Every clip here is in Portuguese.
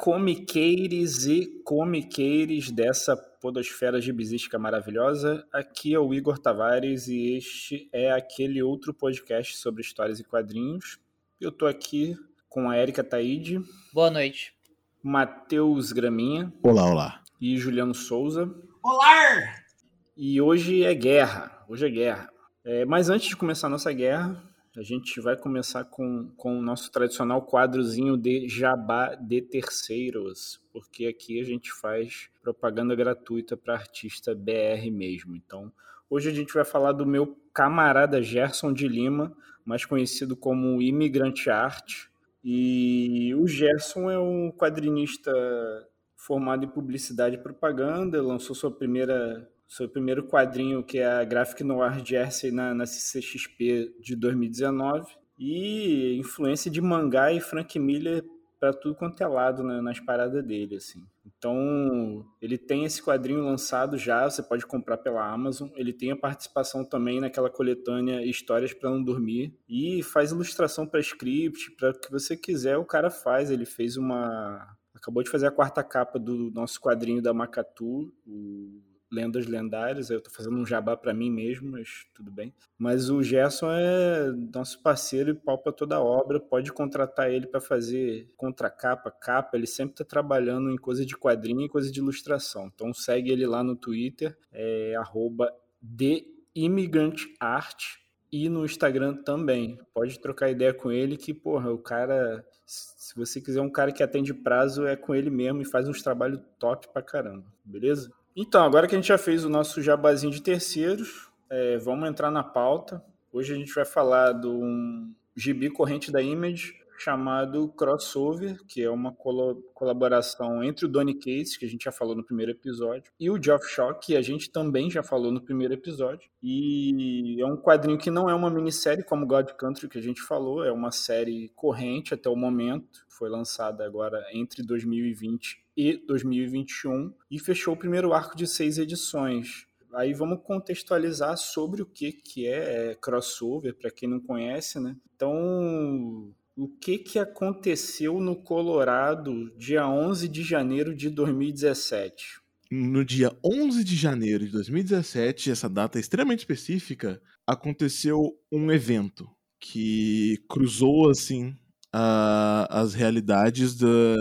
comiqueires e comiqueires dessa podosfera gibizística maravilhosa. Aqui é o Igor Tavares e este é aquele outro podcast sobre histórias e quadrinhos. Eu tô aqui com a Érica Taide. Boa noite. Matheus Graminha. Olá, olá. E Juliano Souza. Olá! E hoje é guerra. Mas antes de começar a nossa guerra, a gente vai começar com o nosso tradicional quadrozinho de jabá de terceiros, porque aqui a gente faz propaganda gratuita para artista BR mesmo. Então, hoje a gente vai falar do meu camarada Gerson de Lima, mais conhecido como Imigrante Art. E o Gerson é um quadrinista formado em publicidade e propaganda, lançou seu primeiro quadrinho, que é a Graphic Noir Jersey, na CCXP de 2019, e influência de mangá e Frank Miller para tudo quanto é lado, né, nas paradas dele, assim. Então, ele tem esse quadrinho lançado já, você pode comprar pela Amazon. Ele tem a participação também naquela coletânea Histórias para Não Dormir, e faz ilustração para script, para o que você quiser, o cara faz. Ele fez acabou de fazer a 4ª capa do nosso quadrinho da Makatu, o Lendas Lendárias. Eu tô fazendo um jabá para mim mesmo, mas tudo bem. Mas o Gerson é nosso parceiro e palpa toda a obra. Pode contratar ele para fazer contracapa, capa. Ele sempre tá trabalhando em coisa de quadrinho e coisa de ilustração. Então segue ele lá no Twitter, @TheImmigrantArt, e no Instagram também. Pode trocar ideia com ele que, porra, o cara... Se você quiser um cara que atende prazo, é com ele mesmo e faz uns trabalhos top pra caramba, beleza? Então, agora que a gente já fez o nosso jabazinho de terceiros, vamos entrar na pauta. Hoje a gente vai falar de um gibi corrente da Image chamado Crossover, que é uma colaboração entre o Donny Cates, que a gente já falou no primeiro episódio, e o Geoff Shaw, que a gente também já falou no primeiro episódio. E é um quadrinho que não é uma minissérie como God Country, que a gente falou, é uma série corrente até o momento. Foi lançada agora entre 2020 e 2021 e fechou o primeiro arco de 6 edições. Aí vamos contextualizar sobre o que é crossover, para quem não conhece, né? Então, o que aconteceu no Colorado dia 11 de janeiro de 2017? No dia 11 de janeiro de 2017, essa data extremamente específica, aconteceu um evento que cruzou, assim, as realidades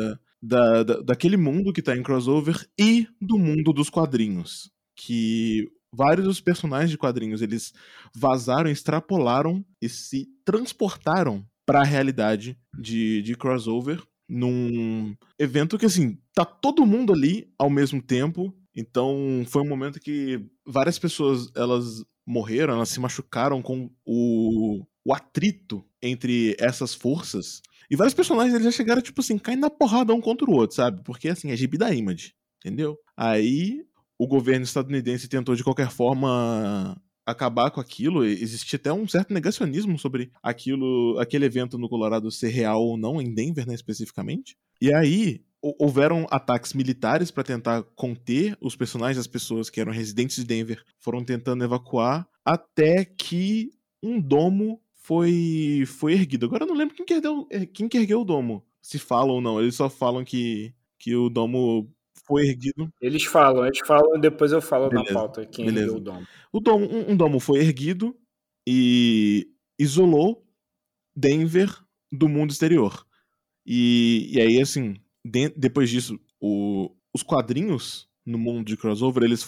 daquele mundo que tá em crossover e do mundo dos quadrinhos. Que vários dos personagens de quadrinhos, eles vazaram, extrapolaram e se transportaram para a realidade de crossover num evento que, assim, tá todo mundo ali ao mesmo tempo. Então foi um momento que várias pessoas, elas morreram, elas se machucaram com o atrito entre essas forças. E vários personagens, eles já chegaram, tipo assim, caindo na porrada um contra o outro, sabe? Porque, assim, é gibi da Image, entendeu? Aí o governo estadunidense tentou, de qualquer forma, acabar com aquilo. Existia até um certo negacionismo sobre aquele evento no Colorado ser real ou não, em Denver, né, especificamente. E aí houveram ataques militares para tentar conter os personagens. As pessoas que eram residentes de Denver foram tentando evacuar até que um domo foi erguido. Agora eu não lembro quem que ergueu o domo, se falam ou não. Eles só falam que o domo foi erguido. Eles falam, depois eu falo. Beleza, na pauta quem beleza. ergueu o domo. Um domo foi erguido e isolou Denver do mundo exterior. E aí, assim, depois disso, os quadrinhos no mundo de crossover, eles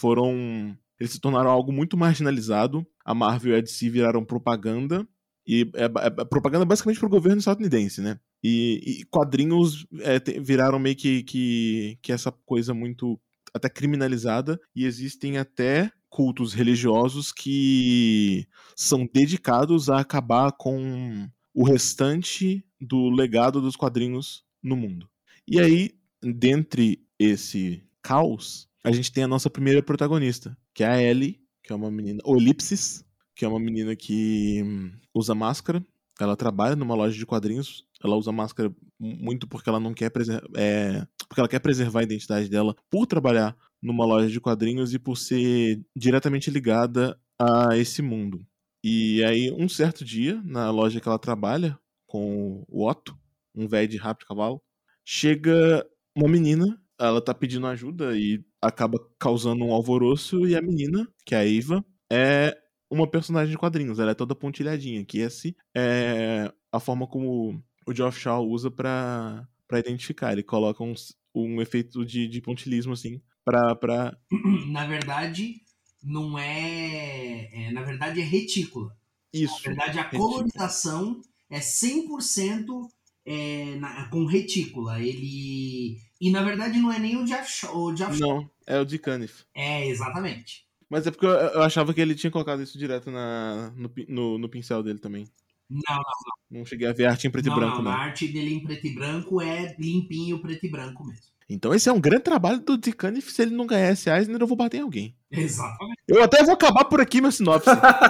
se tornaram algo muito marginalizado. A Marvel e a DC viraram propaganda, e é propaganda basicamente pro governo estadunidense, né? E quadrinhos viraram meio que essa coisa muito até criminalizada, e existem até cultos religiosos que são dedicados a acabar com o restante do legado dos quadrinhos no mundo. E aí, dentre esse caos, a gente tem a nossa primeira protagonista, que é a Ellie, que é uma menina, ou Elipsis, que é uma menina que usa máscara. Ela trabalha numa loja de quadrinhos. Ela usa máscara muito porque ela não quer porque ela quer preservar a identidade dela por trabalhar numa loja de quadrinhos e por ser diretamente ligada a esse mundo. E aí, um certo dia, na loja que ela trabalha, com o Otto, um velho de rabo de cavalo, chega uma menina, ela tá pedindo ajuda e acaba causando um alvoroço, e a menina, que é a Eva, é uma personagem de quadrinhos, ela é toda pontilhadinha, que esse é a forma como o Geoff Shaw usa pra identificar. Ele coloca um efeito de pontilismo, assim, pra... Na verdade, não na verdade, é retícula. Isso. Na verdade, a colorização é 100% com retícula. E na verdade não é nem o Geoff Shaw. Não, é o de Caniff. É, exatamente. Mas é porque eu achava que ele tinha colocado isso direto no pincel dele também. Não cheguei a ver a arte em preto e branco, não. A arte dele em preto e branco é limpinho preto e branco mesmo. Então esse é um grande trabalho do Dick Caniff. Se ele não ganhar esse Eisner, eu vou bater em alguém. Exatamente. Eu até vou acabar por aqui, meu sinopse.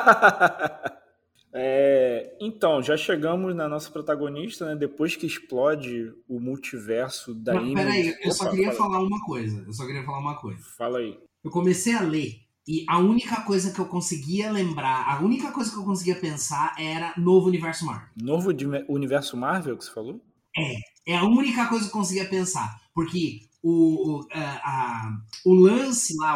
Então, já chegamos na nossa protagonista, né? Depois que explode o multiverso da Image... Peraí, eu só queria falar uma coisa. Fala aí. Eu comecei a ler e a única coisa que eu conseguia lembrar, a única coisa que eu conseguia pensar era Novo Universo Marvel. Novo Universo Marvel que você falou? É a única coisa que eu conseguia pensar. Porque o lance lá,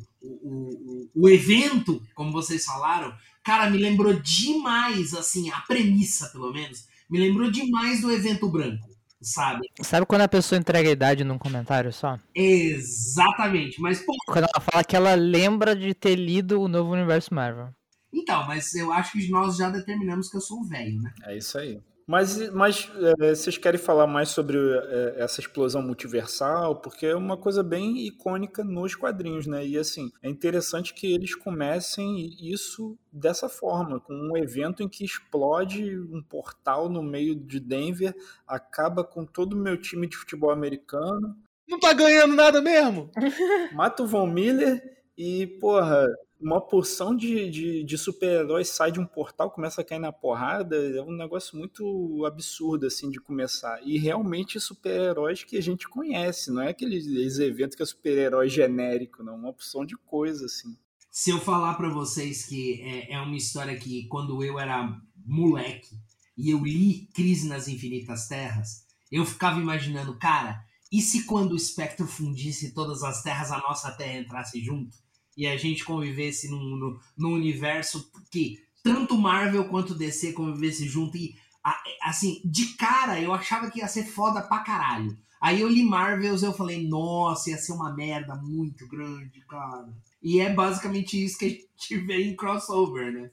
o evento, como vocês falaram, cara, me lembrou demais, assim, a premissa, pelo menos, me lembrou demais do Evento Branco, sabe? Sabe quando a pessoa entrega a idade num comentário só? Exatamente, mas pô... Quando ela fala que ela lembra de ter lido o Novo Universo Marvel. Então, mas eu acho que nós já determinamos que eu sou um velho, né? É isso aí. Mas vocês querem falar mais sobre essa explosão multiversal? Porque é uma coisa bem icônica nos quadrinhos, né? E assim, é interessante que eles comecem isso dessa forma, com um evento em que explode um portal no meio de Denver, acaba com todo o meu time de futebol americano. Não tá ganhando nada mesmo? Mata o Von Miller e, porra... Uma porção de super-heróis sai de um portal, começa a cair na porrada, é um negócio muito absurdo, assim, de começar. E realmente super-heróis que a gente conhece, não é aqueles eventos que é super-herói genérico, não, uma opção de coisa, assim. Se eu falar pra vocês que é uma história que, quando eu era moleque, e eu li Crise nas Infinitas Terras, eu ficava imaginando, cara, e se quando o espectro fundisse todas as terras, a nossa terra entrasse junto? E a gente convivesse num universo que tanto Marvel quanto DC convivesse junto. E, assim, de cara, eu achava que ia ser foda pra caralho. Aí eu li Marvels e eu falei, nossa, ia ser uma merda muito grande, cara. E é basicamente isso que a gente vê em crossover, né?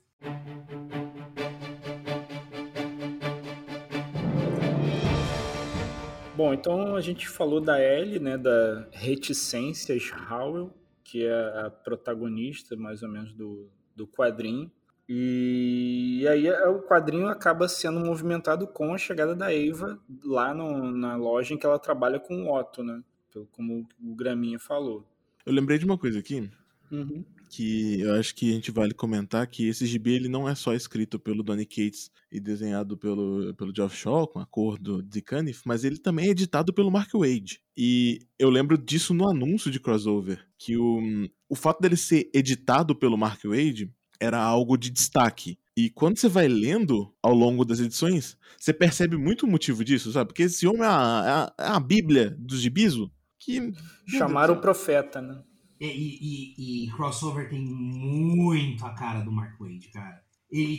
Bom, então a gente falou da Ellie, né, da Reticências Howell, que é a protagonista, mais ou menos, do quadrinho. E aí o quadrinho acaba sendo movimentado com a chegada da Eva lá na loja em que ela trabalha com o Otto, né? Como o Graminha falou. Eu lembrei de uma coisa aqui, Uhum. que eu acho que a gente vale comentar, que esse gibi ele não é só escrito pelo Donny Cates e desenhado pelo Geoff Shaw, com a cor do Dick Caniff, mas ele também é editado pelo Mark Waid. E eu lembro disso no anúncio de crossover, que o fato dele ser editado pelo Mark Waid era algo de destaque. E quando você vai lendo ao longo das edições, você percebe muito o motivo disso, sabe? Porque esse homem é a bíblia dos gibis, que... Chamaram o profeta, né? E crossover tem muito a cara do Mark Waid, cara. Ele,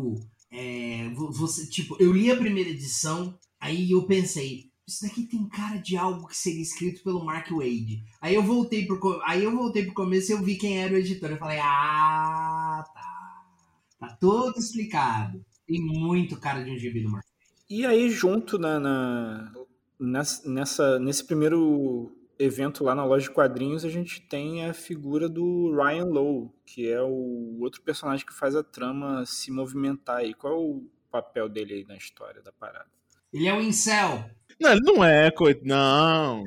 eu li a primeira edição, aí eu pensei, isso daqui tem cara de algo que seria escrito pelo Mark Waid. Aí eu voltei pro começo e eu vi quem era o editor. Eu falei, tá todo explicado. Tem muito cara de um gibi do Mark Waid. E aí, junto nesse primeiro evento lá na loja de quadrinhos, a gente tem a figura do Ryan Lowe, que é o outro personagem que faz a trama se movimentar aí. Qual é o papel dele aí na história da parada? Ele é um incel. Não, ele não é, não.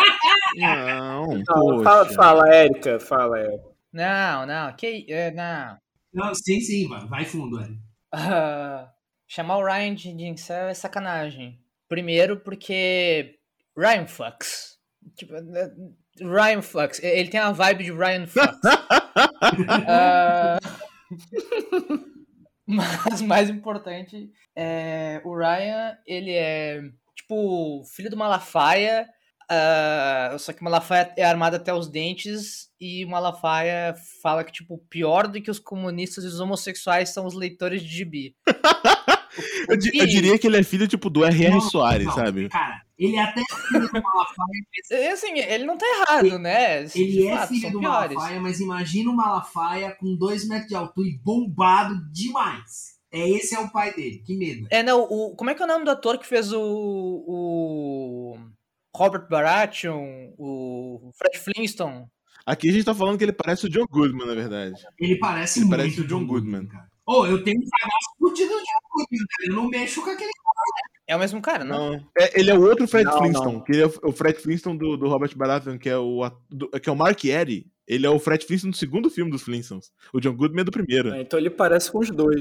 Não, fala, Érica, fala, Érica. Não, não. Não, sim, vai fundo, Érica. Chamar o Ryan de incel é sacanagem. Primeiro porque Ryan fucks. Tipo, Ryan fucks. Ele tem a vibe de Ryan fucks. Mas mais importante, o Ryan, ele é tipo filho do Malafaia, Só que Malafaia é armada até os dentes e Malafaia fala que, tipo, pior do que os comunistas e os homossexuais são os leitores de gibi. Eu diria que ele é filho, tipo, do R.R. Soares, não, sabe? Cara, ele é até filho do Malafaia. Assim, ele não tá errado, né? Ele é fato, filho do Malafaia, mas imagina o Malafaia com 2 metros de altura e bombado demais. Esse é o pai dele, que medo. Como é que é o nome do ator que fez o Robert Baratheon, o Fred Flintstone? Aqui a gente tá falando que ele parece o John Goodman, na verdade. Ele parece Ele muito parece o John Goodman. cara. Eu tenho um cagaço fudido do John Goodman, cara. Eu não mexo com aquele cara. É o mesmo cara, não? Ele é o outro Fred Não, Flintstone. não. Que ele é o Fred Flintstone do Robert Baratheon, que é o Mark Eddy. Ele é o Fred Flintstone do segundo filme dos Flintstones. O John Goodman é do primeiro. Então ele parece com os dois.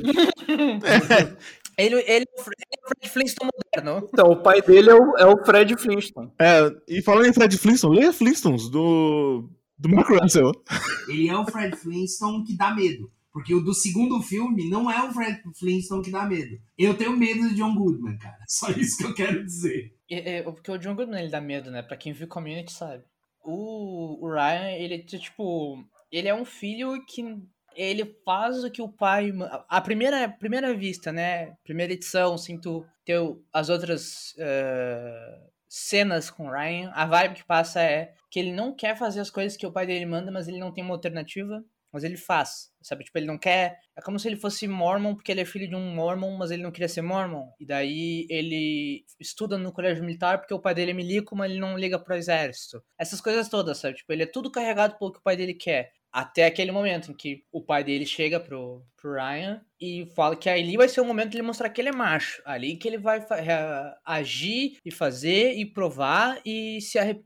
Ele é o Fred Flintstone moderno. Então, o pai dele é o Fred Flintstone. E falando em Fred Flintstone, leia Flintstones do Mark Russell. Ele é o Fred Flintstone que dá medo. Porque o do segundo filme não é o Fred Flintstone que dá medo. Eu tenho medo de John Goodman, cara. Só isso que eu quero dizer. Porque o John Goodman, ele dá medo, né? Pra quem viu Community sabe. O Ryan, ele, tipo... Ele é um filho que... Ele faz o que o pai... A primeira vista, né? Primeira edição, sinto ter as outras cenas com o Ryan. A vibe que passa é que ele não quer fazer as coisas que o pai dele manda, mas ele não tem uma alternativa. Mas ele faz, sabe? Tipo, ele não quer... É como se ele fosse mormon, porque ele é filho de um mormon, mas ele não queria ser mormon. E daí ele estuda no colégio militar, porque o pai dele é milico, mas ele não liga pro exército. Essas coisas todas, sabe? Tipo, ele é tudo carregado pelo que o pai dele quer. Até aquele momento em que o pai dele chega pro Ryan e fala que ali vai ser o momento de ele mostrar que ele é macho. Ali que ele vai agir e fazer e provar e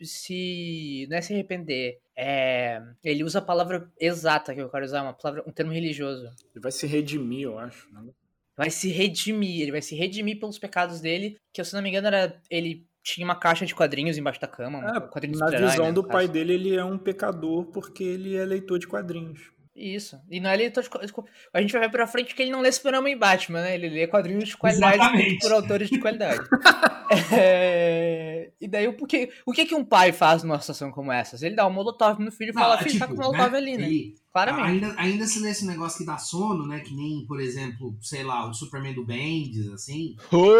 não é se arrepender. Ele usa a palavra exata que eu quero usar, um termo religioso. Ele vai se redimir, eu acho. Né? Vai se redimir. Ele vai se redimir pelos pecados dele, que se não me engano ele tinha uma caixa de quadrinhos embaixo da cama. Na visão do pai dele, ele é um pecador porque ele é leitor de quadrinhos. Isso. E não é leitor de quadrinhos. A gente vai ver pra frente que ele não lê Superman e Batman, né? Ele lê quadrinhos de qualidade por autores de qualidade. E daí, o que um pai faz numa situação como essa? Ele dá um molotov no filho e fala, filho, tá com o molotov ali, né? Claramente. Ainda se nesse negócio que dá sono, né? Que nem, por exemplo, sei lá, o Superman do Bendis, assim.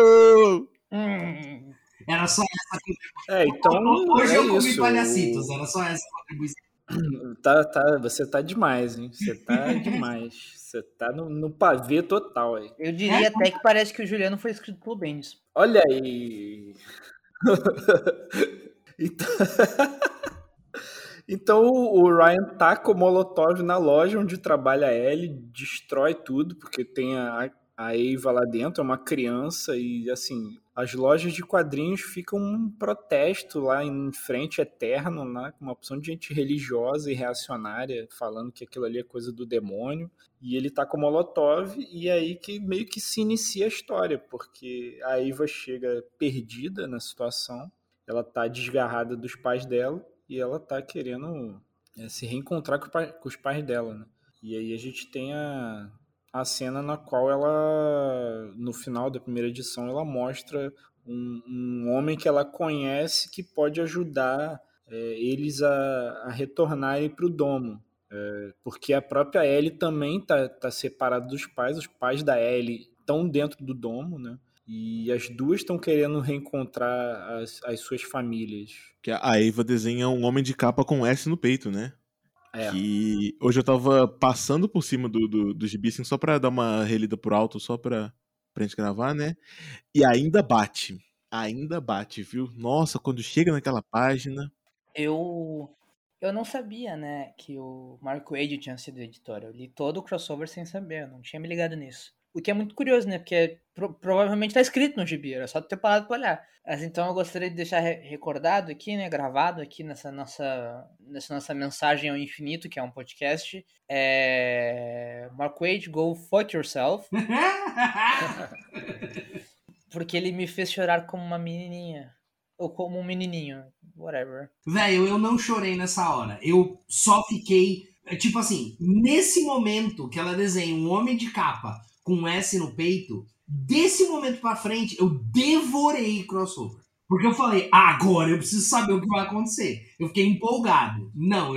Era só essa contribuição. Então, hoje eu comi palhacitos, era só essa contribuição. Você tá demais, hein? Você tá demais. Você tá no pavê total aí. Eu diria até que parece que o Juliano foi escrito pelo Bendis. Olha aí. Então o Ryan taca o molotov na loja onde trabalha a Ellie, destrói tudo, porque tem a Ava lá dentro, é uma criança, e assim, as lojas de quadrinhos ficam um protesto lá em frente eterno, né, com uma opção de gente religiosa e reacionária, falando que aquilo ali é coisa do demônio, e ele tá com o molotov, e aí que meio que se inicia a história, porque a Ava chega perdida na situação, ela tá desgarrada dos pais dela, e ela tá querendo se reencontrar com os pais dela, né? E aí a gente tem a cena na qual ela, no final da primeira edição, ela mostra um homem que ela conhece que pode ajudar eles a retornarem para o domo. Porque a própria Ellie também tá separada dos pais, os pais da Ellie estão dentro do domo, né? E as duas estão querendo reencontrar as suas famílias. Que a Ava desenha um homem de capa com S no peito, né? Que hoje eu tava passando por cima do gibi, assim, só pra dar uma relida por alto, só pra gente gravar, né? E ainda bate, viu? Nossa, quando chega naquela página... Eu não sabia, né, que o Mark Waid tinha sido editor. Eu li todo o crossover sem saber, eu não tinha me ligado nisso. O que é muito curioso, né? Porque provavelmente tá escrito no gibi, era só ter parado pra olhar. Mas então eu gostaria de deixar recordado aqui, né? Gravado aqui nessa nossa mensagem ao infinito, que é um podcast. Mark Waid, go fuck yourself. Porque ele me fez chorar como uma menininha. Ou como um menininho. Whatever. Velho, eu não chorei nessa hora. Eu só fiquei... Tipo assim, nesse momento que ela desenha um homem de capa com um S no peito, desse momento pra frente, eu devorei crossover. Porque eu falei, agora eu preciso saber o que vai acontecer. Eu fiquei empolgado. Não,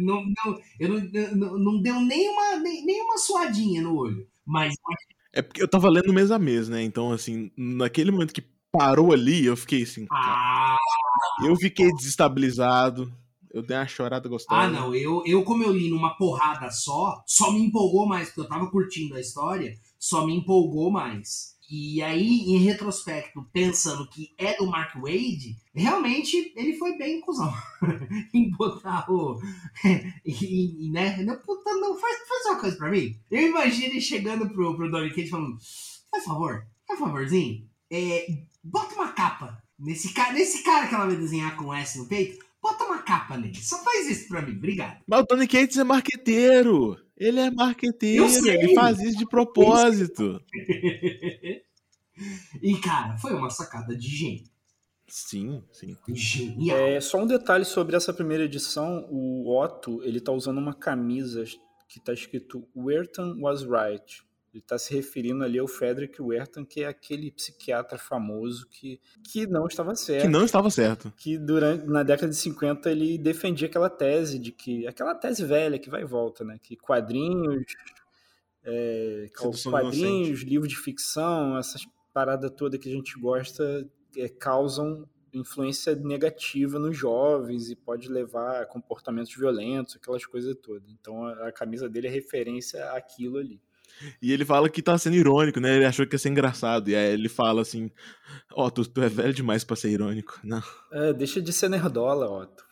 não deu nenhuma suadinha no olho. Mas É porque eu tava lendo mês a mês, né? Então, assim, naquele momento que parou ali, eu fiquei assim, cara, eu fiquei desestabilizado. Eu dei uma chorada gostosa. não, eu como eu li numa porrada só me empolgou mais, porque eu tava curtindo a história, só me empolgou mais. E aí, em retrospecto, pensando que é do Mark Waid, realmente ele foi bem cuzão em botar o... né? Não, puta, não, faz uma coisa pra mim. Eu imagino ele chegando pro Donny Cates falando, faz favorzinho, bota uma capa nesse cara que ela vai desenhar com S no peito, bota uma capa nele. Só faz isso pra mim, obrigado. Mas o Donny Cates é marqueteiro. Ele é marqueteiro, ele faz isso de propósito. E, cara, foi uma sacada de gênio. Sim. Genial. Só um detalhe sobre essa primeira edição, o Otto, ele tá usando uma camisa que tá escrito Werthan was right. Ele tá se referindo ali ao Frederick Werthan, que é aquele psiquiatra famoso que não estava certo. Que não estava certo. Que na década de 50 ele defendia aquela tese de que... Aquela tese velha que vai e volta, né? Que quadrinhos, livros de ficção, essas paradas todas que a gente gosta causam influência negativa nos jovens e pode levar a comportamentos violentos, aquelas coisas todas. Então a camisa dele é referência àquilo ali. E ele fala que tá sendo irônico, né? Ele achou que ia ser engraçado. E aí ele fala assim, tu é velho demais pra ser irônico. Não. Deixa de ser nerdola, Otto.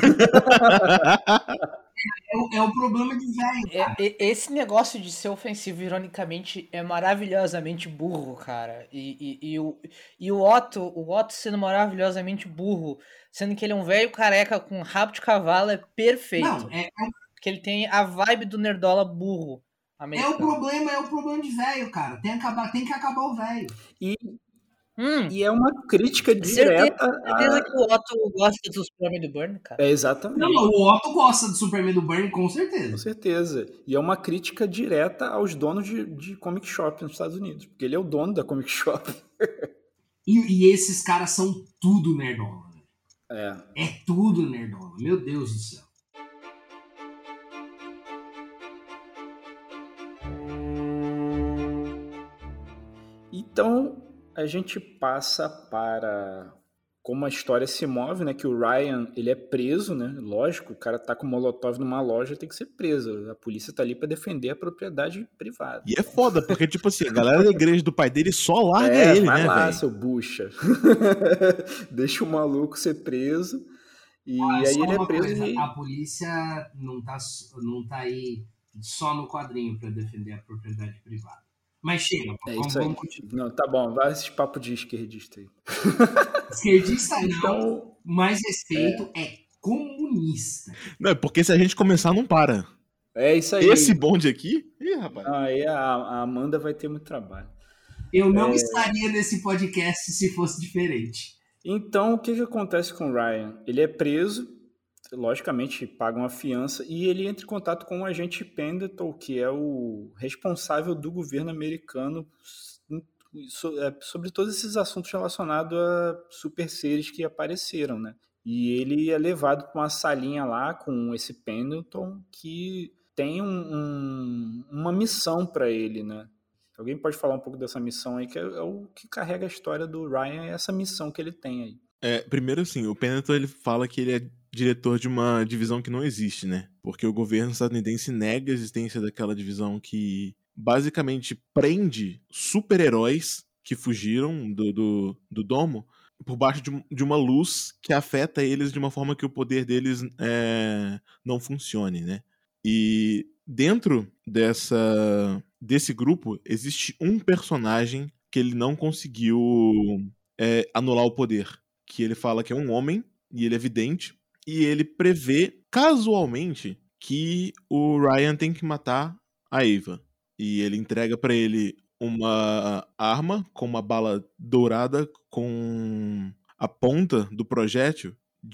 É o problema de velho, esse negócio de ser ofensivo ironicamente é maravilhosamente burro, cara. E o Otto sendo maravilhosamente burro, sendo que ele é um velho careca com rabo de cavalo, é perfeito. Não, porque ele tem a vibe do nerdola burro americano. É o problema de velho, cara. Tem que acabar o velho. E é uma crítica direta. Certeza que o Otto gosta do Superman do Byrne, cara. Exatamente. Não, o Otto gosta do Superman do Byrne, com certeza. Com certeza. E é uma crítica direta aos donos de comic shop nos Estados Unidos. Porque ele é o dono da comic shop. E esses caras são tudo nerdola. É tudo nerdola. Meu Deus do céu. Então, a gente passa para como a história se move, né? Que o Ryan, ele é preso, né? Lógico, o cara tá com molotov numa loja, tem que ser preso. A polícia tá ali para defender a propriedade privada. E é foda, porque, tipo assim, a galera da igreja do pai dele só larga ele, vai né, lá, velho? seu bucha. Deixa o maluco ser preso. E aí ele é preso coisa, a polícia não tá aí só no quadrinho para defender a propriedade privada. Mas chega, vamos continuar. Não, tá bom, vai esse papo de esquerdista aí. Esquerdista não, mais respeito é comunista. Não, porque se a gente começar, não para. É isso aí. Esse bonde aqui? Ih, rapaz. Aí a Amanda vai ter muito trabalho. Eu não estaria nesse podcast se fosse diferente. Então, o que acontece com o Ryan? Ele é preso, logicamente paga uma fiança, e ele entra em contato com o agente Pendleton, que é o responsável do governo americano sobre todos esses assuntos relacionados a super seres que apareceram, né? E ele é levado para uma salinha lá com esse Pendleton que tem uma missão para ele, né? Alguém pode falar um pouco dessa missão aí, que é o que carrega a história do Ryan, é essa missão que ele tem aí. Primeiro assim, o Pendleton ele fala que ele é diretor de uma divisão que não existe, né? Porque o governo estadunidense nega a existência daquela divisão que basicamente prende super-heróis que fugiram do domo por baixo de uma luz que afeta eles de uma forma que o poder deles não funcione, né? E dentro desse grupo existe um personagem que ele não conseguiu anular o poder, que ele fala que é um homem e ele é vidente e ele prevê casualmente que o Ryan tem que matar a Ava e ele entrega pra ele uma arma com uma bala dourada com a ponta do projétil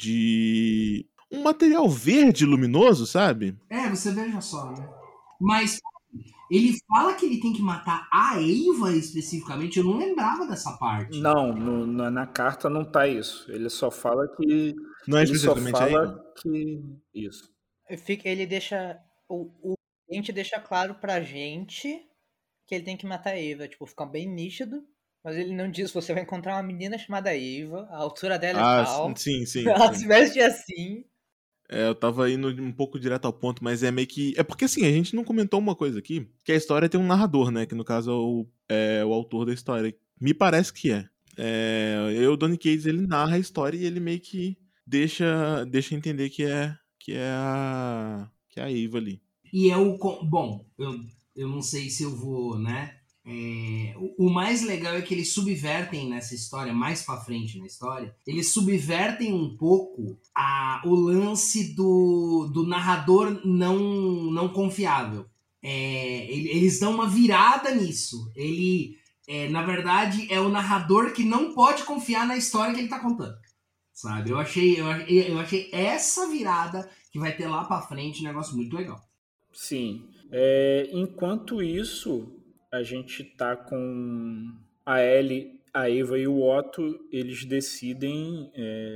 de um material verde luminoso, sabe? Você veja só, né? Mas Ele fala que ele tem que matar a Eva especificamente, eu não lembrava dessa parte. Não, na carta não tá isso. Ele só fala que. Não é Ele só especificamente aí? fala que. Isso. Ele deixa. O gente deixa claro pra gente que ele tem que matar a Eva. Tipo, fica bem nítido. Mas ele não diz, você vai encontrar uma menina chamada Eva, a altura dela é tal. Sim. Ela se veste assim. Eu tava indo um pouco direto ao ponto, mas é meio que. É porque assim, a gente não comentou uma coisa aqui, que a história tem um narrador, né? Que no caso é o autor da história. Me parece que é. O Donny Cates, ele narra a história e ele meio que deixa entender que é a Eva ali. E é o. Bom, eu não sei se eu vou, né? O mais legal é que eles subvertem nessa história, mais pra frente na história, eles subvertem um pouco o lance do narrador não confiável. Eles dão uma virada nisso. Ele, na verdade, é o narrador que não pode confiar na história que ele tá contando. Sabe? Eu achei essa virada que vai ter lá pra frente um negócio muito legal. Sim. Enquanto isso, a gente tá com a Ellie, a Eva e o Otto, eles decidem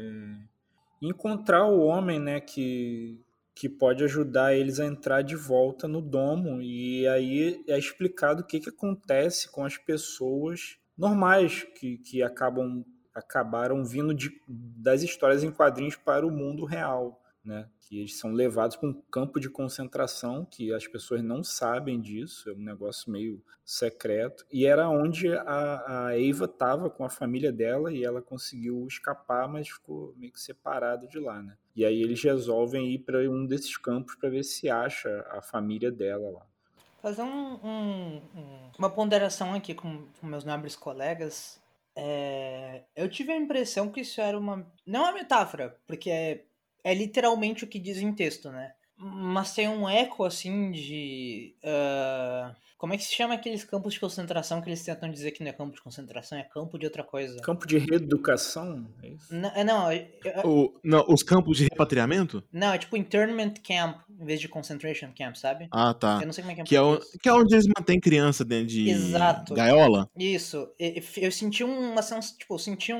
encontrar o homem, né, que pode ajudar eles a entrar de volta no domo. E aí é explicado o que acontece com as pessoas normais que acabaram vindo das histórias em quadrinhos para o mundo real. Né, que eles são levados para um campo de concentração, que as pessoas não sabem disso, é um negócio meio secreto, e era onde a Eva estava com a família dela e ela conseguiu escapar, mas ficou meio que separada de lá. Né? E aí eles resolvem ir para um desses campos para ver se acha a família dela lá. Fazer uma ponderação aqui com meus nobres colegas. Eu tive a impressão que isso era não uma metáfora, porque é literalmente o que diz em texto, né? Mas tem um eco, assim, de... como é que se chama aqueles campos de concentração que eles tentam dizer que não é campo de concentração, é campo de outra coisa? Campo de reeducação? É isso? Não, os campos de repatriamento? Não, é tipo internment camp, em vez de concentration camp, sabe? Ah, tá. Eu não sei como é que é em Que é onde eles mantêm criança dentro de Exato. gaiola? Isso. Eu senti uma sensação, tipo, eu senti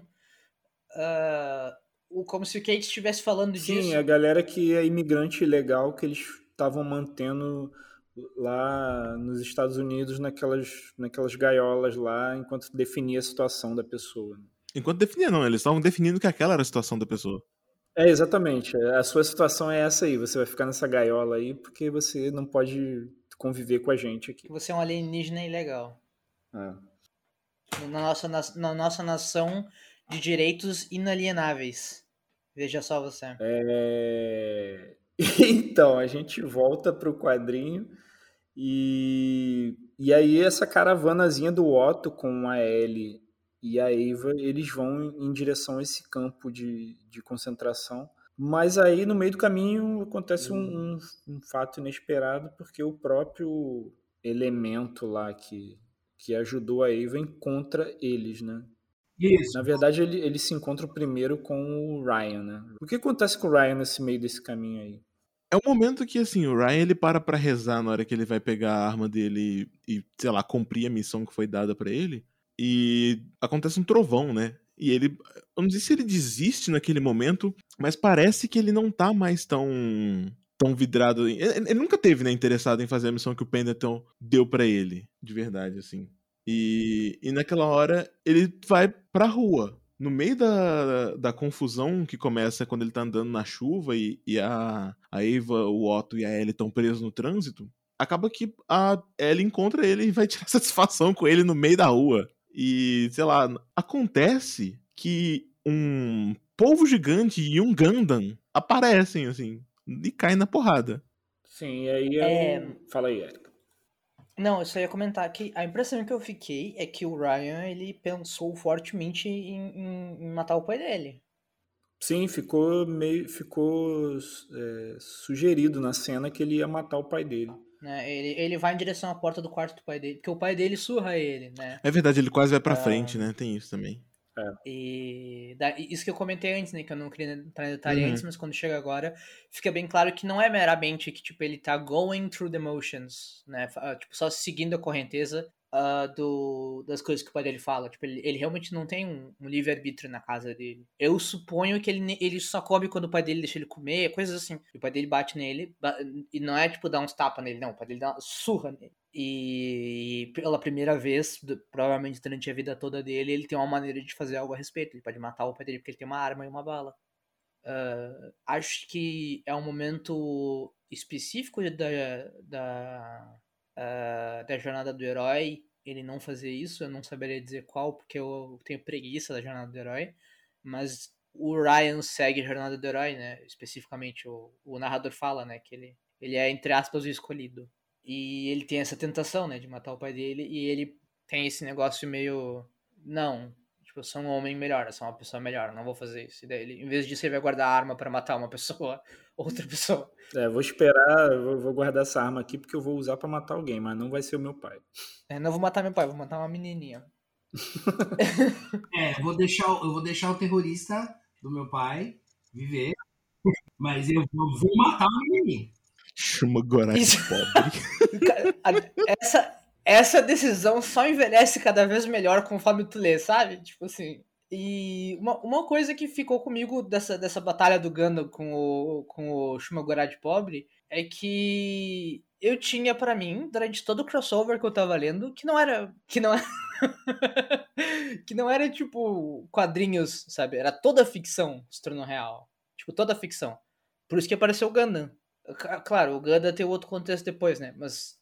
como se o Kate estivesse falando disso. Sim, a galera que é imigrante ilegal que eles estavam mantendo lá nos Estados Unidos naquelas gaiolas lá, enquanto definia a situação da pessoa. Enquanto definia, não, eles estavam definindo que aquela era a situação da pessoa. Exatamente. A sua situação é essa aí. Você vai ficar nessa gaiola aí porque você não pode conviver com a gente aqui. Você é um alienígena ilegal. Ah. Na nossa nação de direitos inalienáveis. Veja só você. Então, a gente volta pro quadrinho e aí essa caravanazinha do Otto com a Ellie e a Eva, eles vão em direção a esse campo de concentração. Mas aí, no meio do caminho, acontece um fato inesperado, porque o próprio elemento lá que ajudou a Eva encontra eles, né? Isso. Na verdade, ele se encontra primeiro com o Ryan, né? O que acontece com o Ryan nesse meio desse caminho aí? É um momento que, assim, o Ryan, ele para pra rezar na hora que ele vai pegar a arma dele e, sei lá, cumprir a missão que foi dada pra ele. E acontece um trovão, né? E ele... Eu não sei se ele desiste naquele momento, mas parece que ele não tá mais tão vidrado. Ele nunca teve, né, interessado em fazer a missão que o Pendleton deu pra ele, de verdade, assim. E naquela hora, ele vai pra rua. No meio da confusão que começa quando ele tá andando na chuva e a Eva, o Otto e a Ellie estão presos no trânsito, acaba que a Ellie encontra ele e vai tirar satisfação com ele no meio da rua. E, sei lá, acontece que um polvo gigante e um Gundam aparecem, assim, e caem na porrada. Sim, e aí Fala aí, Érica. Não, eu só ia comentar que a impressão que eu fiquei é que o Ryan, ele pensou fortemente em matar o pai dele. Sim, ficou sugerido na cena que ele ia matar o pai dele. Né? Ele vai em direção à porta do quarto do pai dele, porque o pai dele surra ele, né? É verdade, ele quase vai pra frente, né? Tem isso também. E isso que eu comentei antes, né? Que eu não queria entrar em detalhe antes, mas quando chega agora, fica bem claro que não é meramente que, tipo, ele tá going through the motions, né? Tipo, só seguindo a correnteza das coisas que o pai dele fala. Tipo, ele realmente não tem um livre-arbítrio na casa dele. Eu suponho que ele só come quando o pai dele deixa ele comer, coisas assim. E o pai dele bate nele, e não é, tipo, dar uns tapas nele, não. O pai dele dá uma surra nele. E pela primeira vez, provavelmente durante a vida toda dele, ele tem uma maneira de fazer algo a respeito. Ele pode matar o pai dele porque ele tem uma arma e uma bala. Acho que é um momento específico da jornada do herói ele não fazer isso. Eu não saberia dizer qual, porque eu tenho preguiça da jornada do herói. Mas o Ryan segue a jornada do herói, né? Especificamente, o narrador fala, né? Que ele é, entre aspas, o escolhido. E ele tem essa tentação, né, de matar o pai dele, e ele tem esse negócio meio... Não, tipo, eu sou um homem melhor, eu sou uma pessoa melhor, eu não vou fazer isso. E daí, em vez disso, ele vai guardar a arma pra matar uma pessoa, outra pessoa. Vou esperar, vou guardar essa arma aqui porque eu vou usar pra matar alguém, mas não vai ser o meu pai. Não vou matar meu pai, vou matar uma menininha. Eu vou deixar o terrorista do meu pai viver, mas eu vou matar o menininho. Shumagorai pobre. Essa decisão só envelhece cada vez melhor conforme tu lê, sabe? Tipo assim. E uma coisa que ficou comigo dessa batalha do Gundam com o Shumagorai de pobre é que eu tinha pra mim, durante todo o crossover que eu tava lendo, que não era que não era tipo quadrinhos, sabe? Era toda ficção se tornou real. Tipo, toda ficção. Por isso que apareceu o Gundam. Claro, o Gundam tem outro contexto depois, né? Mas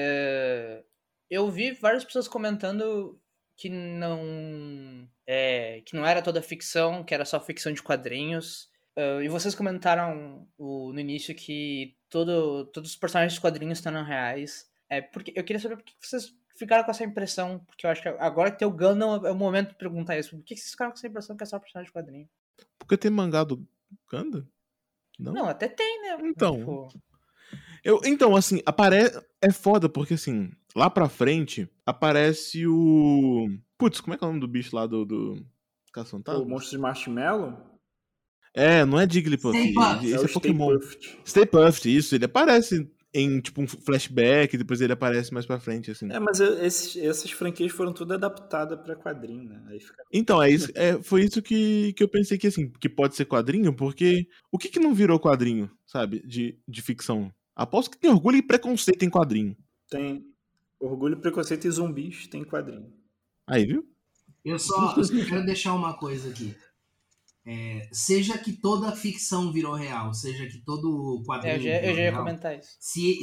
eu vi várias pessoas comentando que não era toda ficção, que era só ficção de quadrinhos. E vocês comentaram no início que todos os personagens dos quadrinhos estão reais. Porque eu queria saber por que vocês ficaram com essa impressão, porque eu acho que agora que tem o Gundam é o momento de perguntar isso. Por que vocês ficaram com essa impressão que é só personagem de quadrinho? Porque tem mangá do Gundam? Não, até tem, né? Então, tipo... então assim, é foda porque assim, lá pra frente aparece o... Putz, como é que é o nome do bicho lá do Caça-Fantasmas? O monstro de marshmallow? Não é Jigglypuff. Esse é Pokémon. Stay Puft, isso. Ele aparece em tipo um flashback, depois ele aparece mais pra frente, assim. Mas essas franquias foram tudo adaptadas pra quadrinho, né? Aí fica... Então, foi isso que eu pensei que, assim, que pode ser quadrinho, porque o que não virou quadrinho, sabe, de ficção? Aposto que tem Orgulho e Preconceito em quadrinho. Tem Orgulho, Preconceito e Zumbis, tem quadrinho. Aí, viu? Eu só quero deixar uma coisa aqui. Seja que toda ficção virou real, seja que todo quadrinho eu já ia comentar isso.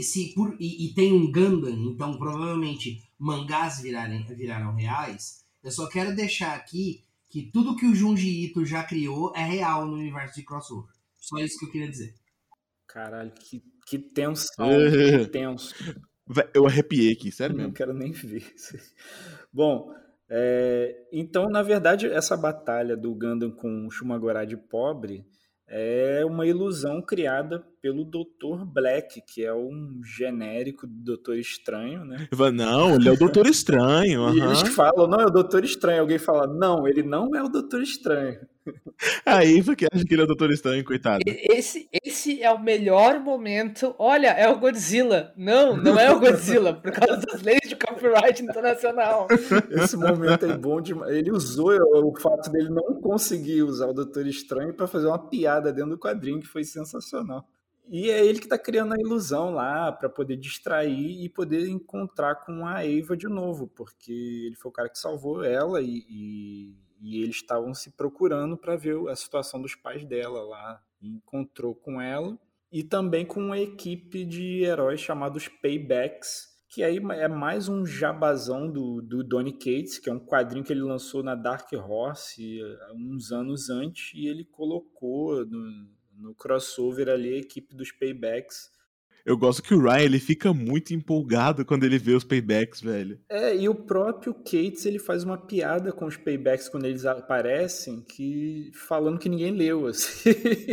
E tem um Gundam, então provavelmente mangás viraram reais. Eu só quero deixar aqui que tudo que o Junji Ito já criou é real no universo de crossover. Só isso que eu queria dizer. Caralho, que tensão, que tenso. Eu arrepiei aqui, sério mesmo. Não quero nem ver. Bom... então, na verdade, essa batalha do Gundam com o Shumagorai de pobre é uma ilusão criada pelo Dr. Black, que é um genérico do Doutor Estranho, né? Não, ele é o Doutor Estranho. E eles falam, não, é o Doutor Estranho. Alguém fala, não, ele não é o Doutor Estranho. Aí porque acha que ele é o Doutor Estranho, coitado. Esse é o melhor momento. Olha, é o Godzilla. Não é o Godzilla, por causa das leis de copyright internacional. Esse momento é bom demais. Ele usou o fato dele não conseguir usar o Doutor Estranho para fazer uma piada dentro do quadrinho, que foi sensacional. E é ele que tá criando a ilusão lá para poder distrair e poder encontrar com a Eva de novo, porque ele foi o cara que salvou ela e eles estavam se procurando para ver a situação dos pais dela lá. Encontrou com ela e também com uma equipe de heróis chamados Paybacks, que aí é mais um jabazão do Donny Cates, que é um quadrinho que ele lançou na Dark Horse uns anos antes, e ele colocou no crossover ali a equipe dos Paybacks. Eu gosto que o Ryan, ele fica muito empolgado quando ele vê os Paybacks, velho. E o próprio Cates, ele faz uma piada com os Paybacks quando eles aparecem, falando que ninguém leu, assim.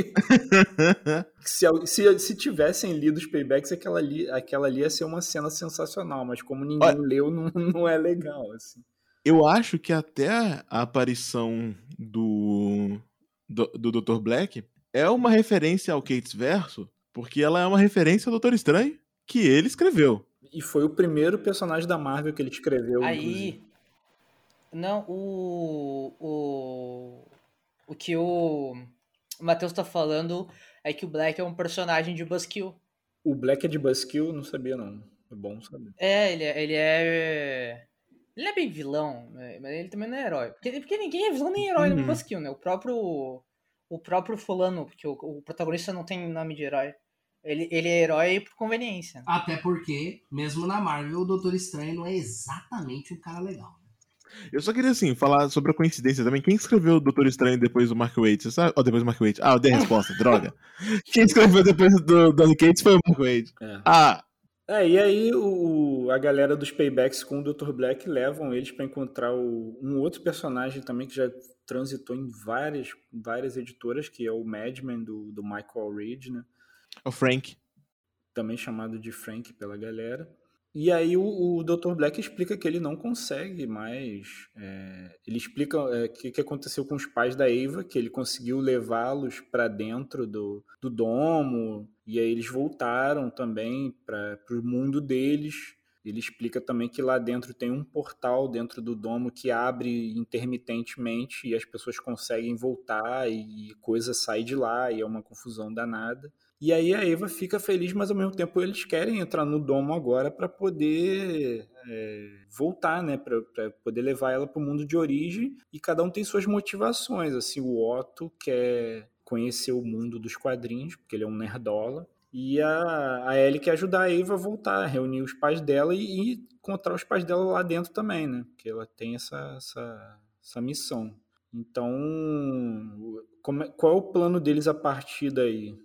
se tivessem lido os Paybacks, aquela ali ia ser uma cena sensacional, mas como ninguém leu, não é legal, assim. Eu acho que até a aparição do Dr. Black é uma referência ao Kate's Verso, porque ela é uma referência ao Doutor Estranho que ele escreveu. E foi o primeiro personagem da Marvel que ele escreveu, inclusive. Aí. Não, o que o Matheus tá falando é que o Black é um personagem de Buzzkill. O Black é de Buzzkill, não sabia não. É bom saber. Ele é bem vilão, mas ele também não é herói. Porque ninguém é vilão nem herói no Buzzkill, né? O próprio fulano, porque o protagonista não tem nome de herói. Ele é herói por conveniência. Até porque, mesmo na Marvel, o Doutor Estranho não é exatamente um cara legal. Eu só queria, assim, falar sobre a coincidência também. Quem escreveu o Doutor Estranho depois do Mark Waid? Você sabe? Depois do Mark Waid. Eu dei a resposta, droga. Quem escreveu depois do Donny Cates foi o Mark Waid. E aí a galera dos Paybacks com o Dr. Black levam eles pra encontrar um outro personagem também que já transitou em várias editoras, que é o Madman do Michael Reed, né? O Frank. Também chamado de Frank pela galera. E aí o Dr. Black explica que ele não consegue mais... ele explica o que aconteceu com os pais da Ava, que ele conseguiu levá-los para dentro do domo, e aí eles voltaram também para o mundo deles. Ele explica também que lá dentro tem um portal dentro do domo que abre intermitentemente e as pessoas conseguem voltar e coisa sai de lá e é uma confusão danada. E aí a Ava fica feliz, mas ao mesmo tempo eles querem entrar no domo agora para poder voltar, né? Para poder levar ela para o mundo de origem. E cada um tem suas motivações. Assim, o Otto quer conhecer o mundo dos quadrinhos, porque ele é um nerdola. E a Ellie quer ajudar a Ava a voltar, a reunir os pais dela e encontrar os pais dela lá dentro também, né? Porque ela tem essa missão. Então, qual é o plano deles a partir daí?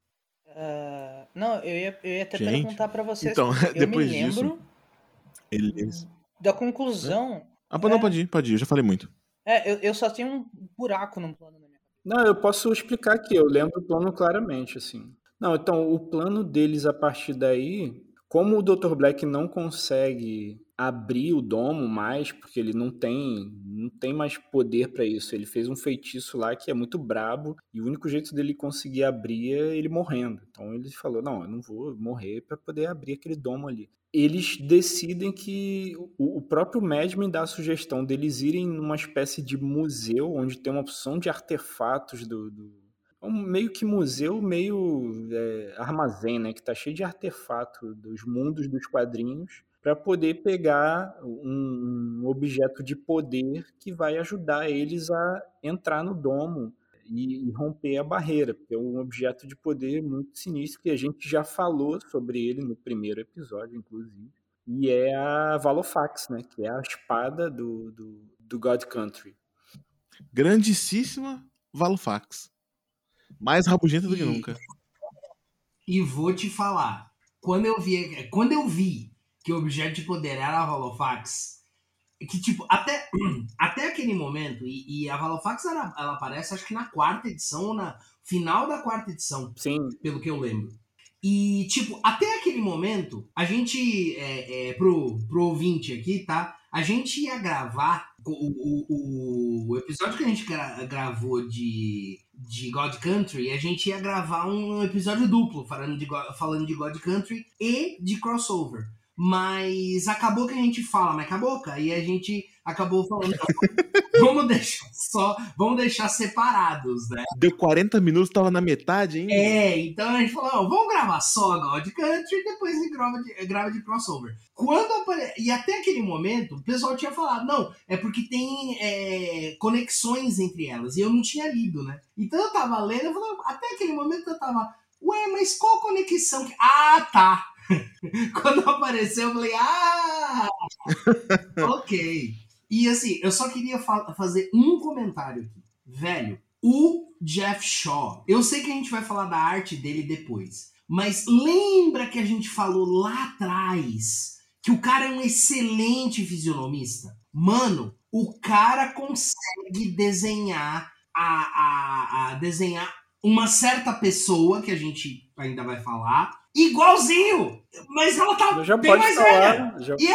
Não, eu ia até perguntar pra vocês. Então, eu depois me lembro disso, eles... da conclusão. Não, pode ir, eu já falei muito. Eu só tenho um buraco no plano na minha cabeça. Não, eu posso explicar aqui, eu lembro o plano claramente, assim. Não, então, o plano deles a partir daí, como o Dr. Black não consegue abrir o domo mais, porque ele não tem mais poder para isso. Ele fez um feitiço lá que é muito brabo e o único jeito dele conseguir abrir é ele morrendo. Então ele falou, não, eu não vou morrer para poder abrir aquele domo ali. Eles decidem que o próprio Madman dá a sugestão deles irem numa espécie de museu onde tem uma opção de artefatos meio que museu, meio armazém, né? Que tá cheio de artefatos dos mundos dos quadrinhos para poder pegar um objeto de poder que vai ajudar eles a entrar no domo e romper a barreira, porque é um objeto de poder muito sinistro que a gente já falou sobre ele no primeiro episódio, inclusive, e é a Valofax, né? Que é a espada do God Country. Grandíssima Valofax. Mais rabugenta do que nunca. E vou te falar, quando eu vi que o objeto de poder era a Valofax, que tipo, até aquele momento, e a Valofax ela aparece acho que na 4ª edição, ou na final da 4ª edição. Sim. Pelo que eu lembro. E tipo, até aquele momento, a gente, pro ouvinte aqui, tá? A gente ia gravar o episódio que a gente gravou de God Country, a gente ia gravar um episódio duplo, falando de God Country e de crossover. Mas acabou que a gente fala mais com a boca e a gente acabou falando vamos deixar separados, né? Deu 40 minutos, tava na metade ainda. Então a gente falou, vamos gravar só God Country e depois grava de crossover. E até aquele momento, o pessoal tinha falado, não, é porque tem conexões entre elas, e eu não tinha lido, né? Então eu tava lendo, eu falei, até aquele momento eu tava, ué, mas qual conexão? Tá! Quando apareceu, eu falei, ok. E assim, eu só queria fazer um comentário aqui. Velho, o Jeff Shaw, eu sei que a gente vai falar da arte dele depois, mas lembra que a gente falou lá atrás que o cara é um excelente fisionomista? Mano, o cara consegue desenhar desenhar uma certa pessoa, que a gente ainda vai falar, igualzinho, mas ela tá já bem pode mais falar, velha.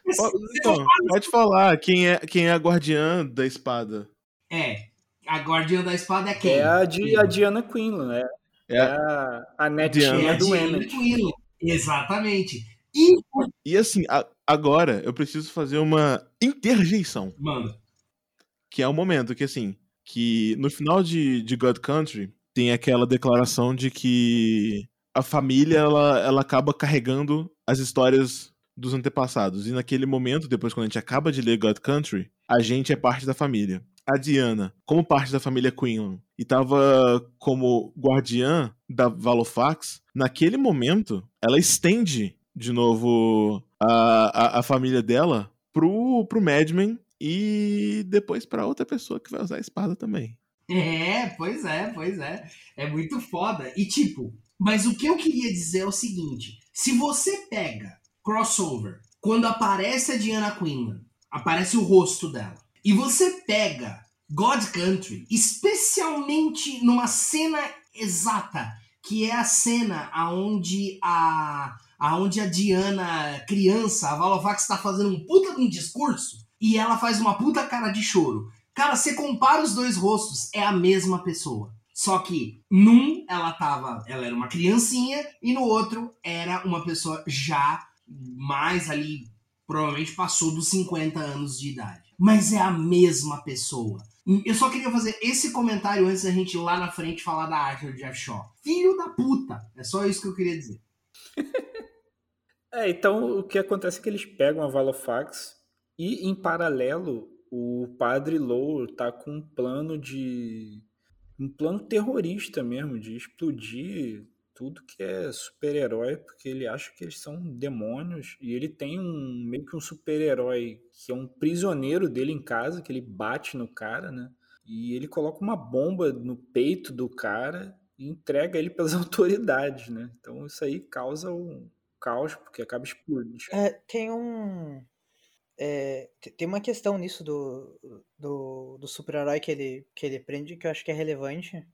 Então, pode falar. Quem é a guardiã da espada? A guardiã da espada é quem? É a Diana Quinlan, né? É É a a Diana. netinha É a do Diana Emmett. Quinlan. Exatamente. E assim, agora eu preciso fazer uma interjeição. Manda. Que é o momento que, assim, que no final de God Country tem aquela declaração de que a família, ela acaba carregando as histórias dos antepassados. E naquele momento, depois quando a gente acaba de ler God Country, a gente é parte da família. A Diana, como parte da família Quinlan, e tava como guardiã da Valofax, naquele momento, ela estende de novo a família dela pro Madman e depois pra outra pessoa que vai usar a espada também. Pois é. É muito foda. E tipo, mas o que eu queria dizer é o seguinte: se você pega crossover, quando aparece a Diana Quinlan, aparece o rosto dela, e você pega God Country, especialmente numa cena exata, que é a cena aonde a Diana, criança, a Valofax está fazendo um puta de um discurso, e ela faz uma puta cara de choro. Cara, você compara os dois rostos, é a mesma pessoa. Só que num ela era uma criancinha e no outro era uma pessoa já mais ali, provavelmente passou dos 50 anos de idade. Mas é a mesma pessoa. Eu só queria fazer esse comentário antes da gente ir lá na frente falar da arte do Jeff Shaw. Filho da puta! É só isso que eu queria dizer. Então o que acontece é que eles pegam a Valofax e, em paralelo, o Padre Lowe tá com um plano terrorista mesmo, de explodir tudo que é super-herói, porque ele acha que eles são demônios, e ele tem meio que um super-herói que é um prisioneiro dele em casa, que ele bate no cara, né? E ele coloca uma bomba no peito do cara e entrega ele para as autoridades, né? Então isso aí causa um caos, porque acaba explodindo. Tem uma questão nisso do super-herói que ele prende que eu acho que é relevante.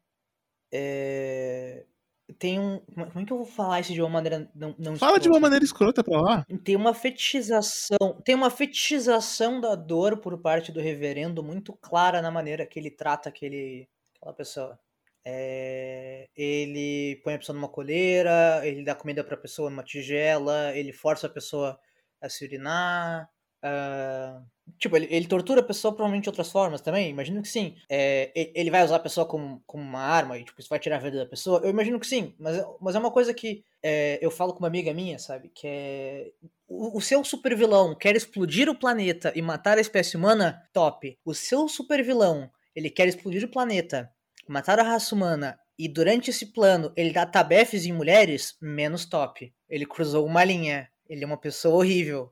Como é que eu vou falar isso de uma maneira não Fala de uma escrota? maneira escrota pra lá. Tem uma fetichização da dor por parte do reverendo muito clara na maneira que ele trata aquela pessoa. Ele põe a pessoa numa coleira, ele dá comida pra pessoa numa tigela, ele força a pessoa a se urinar. Tipo, ele tortura a pessoa provavelmente de outras formas também, imagino que sim. Ele vai usar a pessoa como uma arma e tipo, isso vai tirar a vida da pessoa, eu imagino que sim, mas é uma coisa que eu falo com uma amiga minha, sabe, que é o seu super vilão quer explodir o planeta e matar a espécie humana, top. O seu super vilão, ele quer explodir o planeta, matar a raça humana e durante esse plano ele dá tabefes em mulheres, menos top. Ele cruzou uma linha, ele é uma pessoa horrível.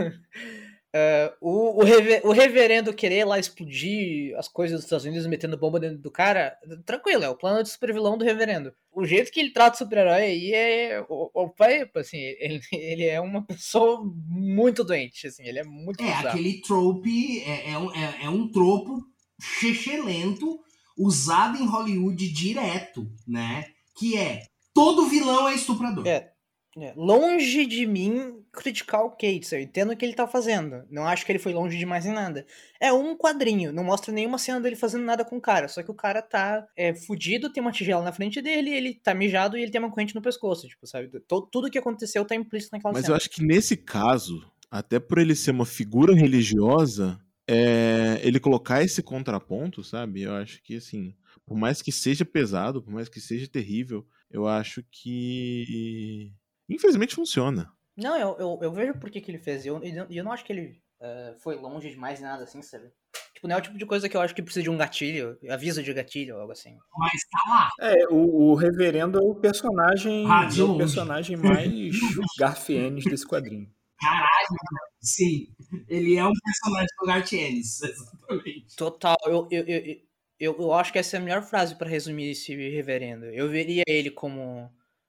O reverendo querer lá explodir as coisas dos Estados Unidos metendo bomba dentro do cara, tranquilo, é o plano de super vilão do reverendo. O jeito que ele trata o super-herói aí assim, ele é uma pessoa muito doente, assim, ele é muito bizarro. Aquele trope, é um tropo chechelento usado em Hollywood direto, né? Que é, todo vilão é estuprador. Longe de mim criticar o Cates, eu entendo o que ele tá fazendo. Não acho que ele foi longe demais em nada. É um quadrinho, não mostra nenhuma cena dele fazendo nada com o cara. Só que o cara tá fudido, tem uma tigela na frente dele, ele tá mijado e ele tem uma corrente no pescoço, tipo, sabe? Tudo que aconteceu tá implícito naquela cena. Mas eu acho que nesse caso, até por ele ser uma figura religiosa, ele colocar esse contraponto, sabe? Eu acho que, assim, por mais que seja pesado, por mais que seja terrível, eu acho que infelizmente funciona. Não, eu vejo por que ele fez. Eu não acho que ele foi longe demais em nada assim, sabe? Tipo, não é o tipo de coisa que eu acho que precisa de um gatilho, aviso de gatilho ou algo assim. Mas tá lá. O reverendo é o personagem, longe. personagem mais Garfienes desse quadrinho. Caralho, sim. Ele é um personagem do Garth Ennis, exatamente. Total, eu acho que essa é a melhor frase pra resumir esse reverendo. Eu veria ele como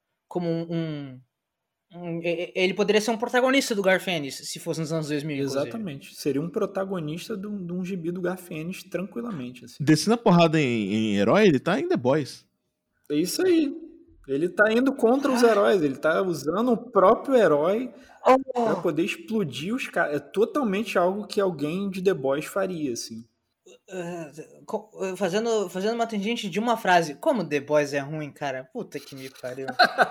ele poderia ser um protagonista do Garth Ennis, se fosse nos anos 2000, Exatamente. Inclusive. Seria um protagonista de um gibi do Garth Ennis tranquilamente. Assim. Descendo a porrada em herói, ele tá em The Boys. É isso aí. Ele tá indo contra os heróis, ele tá usando o próprio herói pra poder explodir os caras. É totalmente algo que alguém de The Boys faria, assim. Fazendo uma tangente de uma frase. Como The Boys é ruim, cara? Puta que me pariu.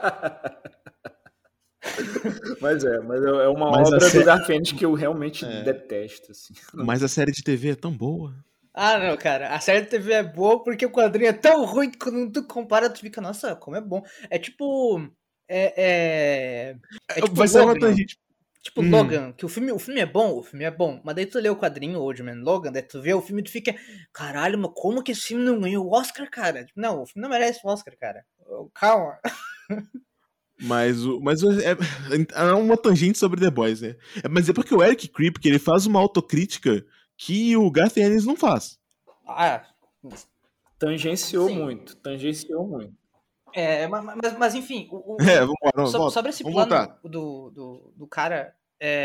Mas é uma Mas a obra do sé- Garfield que eu realmente É. detesto, assim. Mas a série de TV é tão boa. Ah, não, cara. A série de TV é boa porque o quadrinho é tão ruim que quando tu compara, tu fica, nossa, como é bom. É tipo. É tipo Vai ser uma Logan. tangente. Tipo Logan, que o filme é bom, mas daí tu lê o quadrinho Old Man Logan, daí tu vê o filme e tu fica, caralho, mas como que esse filme não ganhou o Oscar, cara? Tipo, não, o filme não merece o Oscar, cara. Calma. É uma tangente sobre The Boys, né? Mas é porque o Eric Kripke, ele faz uma autocrítica que o Garth Ennis não faz. Ah, Tangenciou Sim. muito. mas enfim, Vamos sobre esse voltar. plano do cara,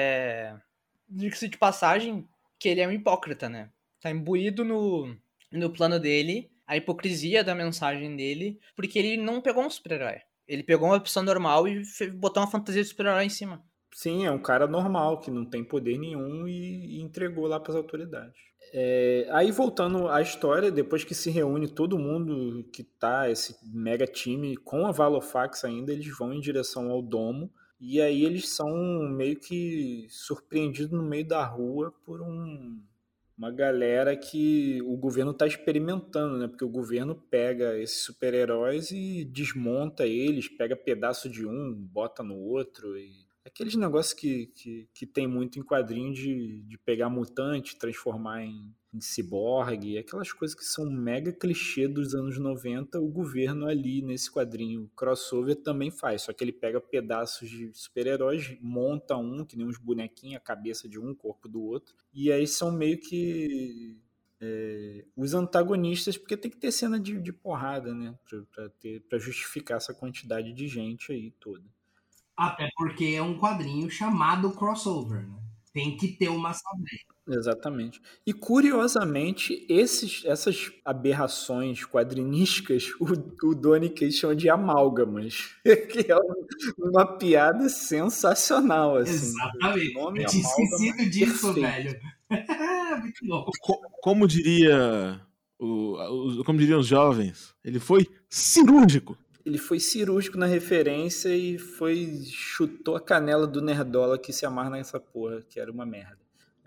diga-se de passagem que ele é um hipócrita, né? Tá imbuído no plano dele, a hipocrisia da mensagem dele, porque ele não pegou um super-herói. Ele pegou uma pessoa normal e botou uma fantasia de super-herói em cima. Sim, é um cara normal, que não tem poder nenhum e entregou lá para as autoridades. Aí voltando à história, depois que se reúne todo mundo que tá, esse mega time, com a Valofax ainda, eles vão em direção ao domo, e aí eles são meio que surpreendidos no meio da rua por uma galera que o governo está experimentando, né? Porque o governo pega esses super-heróis e desmonta eles, pega pedaço de um, bota no outro. Aqueles negócios que tem muito em quadrinho de pegar mutante, transformar em ciborgue, aquelas coisas que são mega clichê dos anos 90, o governo ali nesse quadrinho crossover também faz, só que ele pega pedaços de super-heróis, monta um, que nem uns bonequinhos, a cabeça de um, o corpo do outro, e aí são meio que os antagonistas, porque tem que ter cena de porrada, né, pra justificar essa quantidade de gente aí toda. Até porque é um quadrinho chamado crossover, né? Tem que ter uma saber. Exatamente. E curiosamente, essas aberrações quadrinísticas, o Donny Cates chama de amálgamas, que é uma piada sensacional, assim. Exatamente. O nome Eu tinha amálgama esquecido disso, perfeito. velho. Muito bom. Como diriam os jovens, ele foi cirúrgico. Ele foi cirúrgico na referência e chutou a canela do Nerdola que se amarra nessa porra, que era uma merda.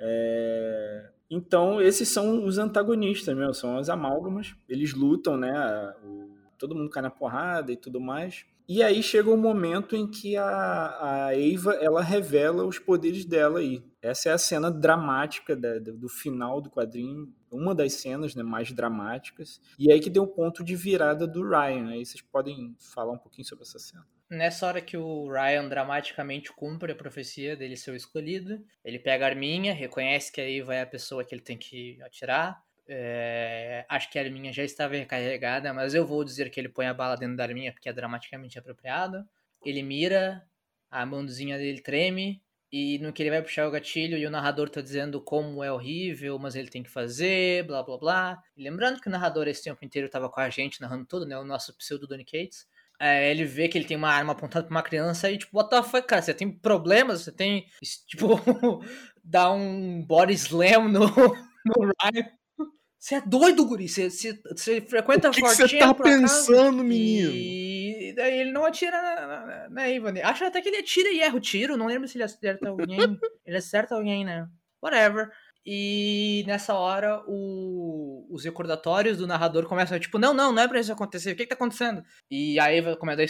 Então, esses são os antagonistas, meu, são as amálgamas. Eles lutam, né? Todo mundo cai na porrada e tudo mais. E aí chega um momento em que a Ava, ela revela os poderes dela aí. Essa é a cena dramática do final do quadrinho, uma das cenas, né, mais dramáticas. E aí que deu um ponto de virada do Ryan. Aí vocês podem falar um pouquinho sobre essa cena. Nessa hora que o Ryan dramaticamente cumpre a profecia dele ser o escolhido, ele pega a arminha, reconhece que a Ava é a pessoa que ele tem que atirar. Acho que a arminha já estava recarregada, mas eu vou dizer que ele põe a bala dentro da arminha porque é dramaticamente apropriado. Ele mira, a mãozinha dele treme, e no que ele vai puxar o gatilho e o narrador tá dizendo como é horrível, mas ele tem que fazer, blá blá blá. E lembrando que o narrador esse tempo inteiro estava com a gente narrando tudo, né? O nosso pseudo Donny Cates. Ele vê que ele tem uma arma apontada pra uma criança e, tipo, what the fuck, cara? Você tem problemas? Você tem, tipo, dá um body slam no Ryan. Você é doido, guri? Você frequenta O que você tá pensando, menino? E daí ele não atira na Ava. Acho até que ele atira e erra o tiro. Não lembro se ele acerta alguém. Ele acerta alguém, né? Whatever. E nessa hora, os recordatórios do narrador começam a tipo, não é pra isso acontecer, o que tá acontecendo? E a Ava começa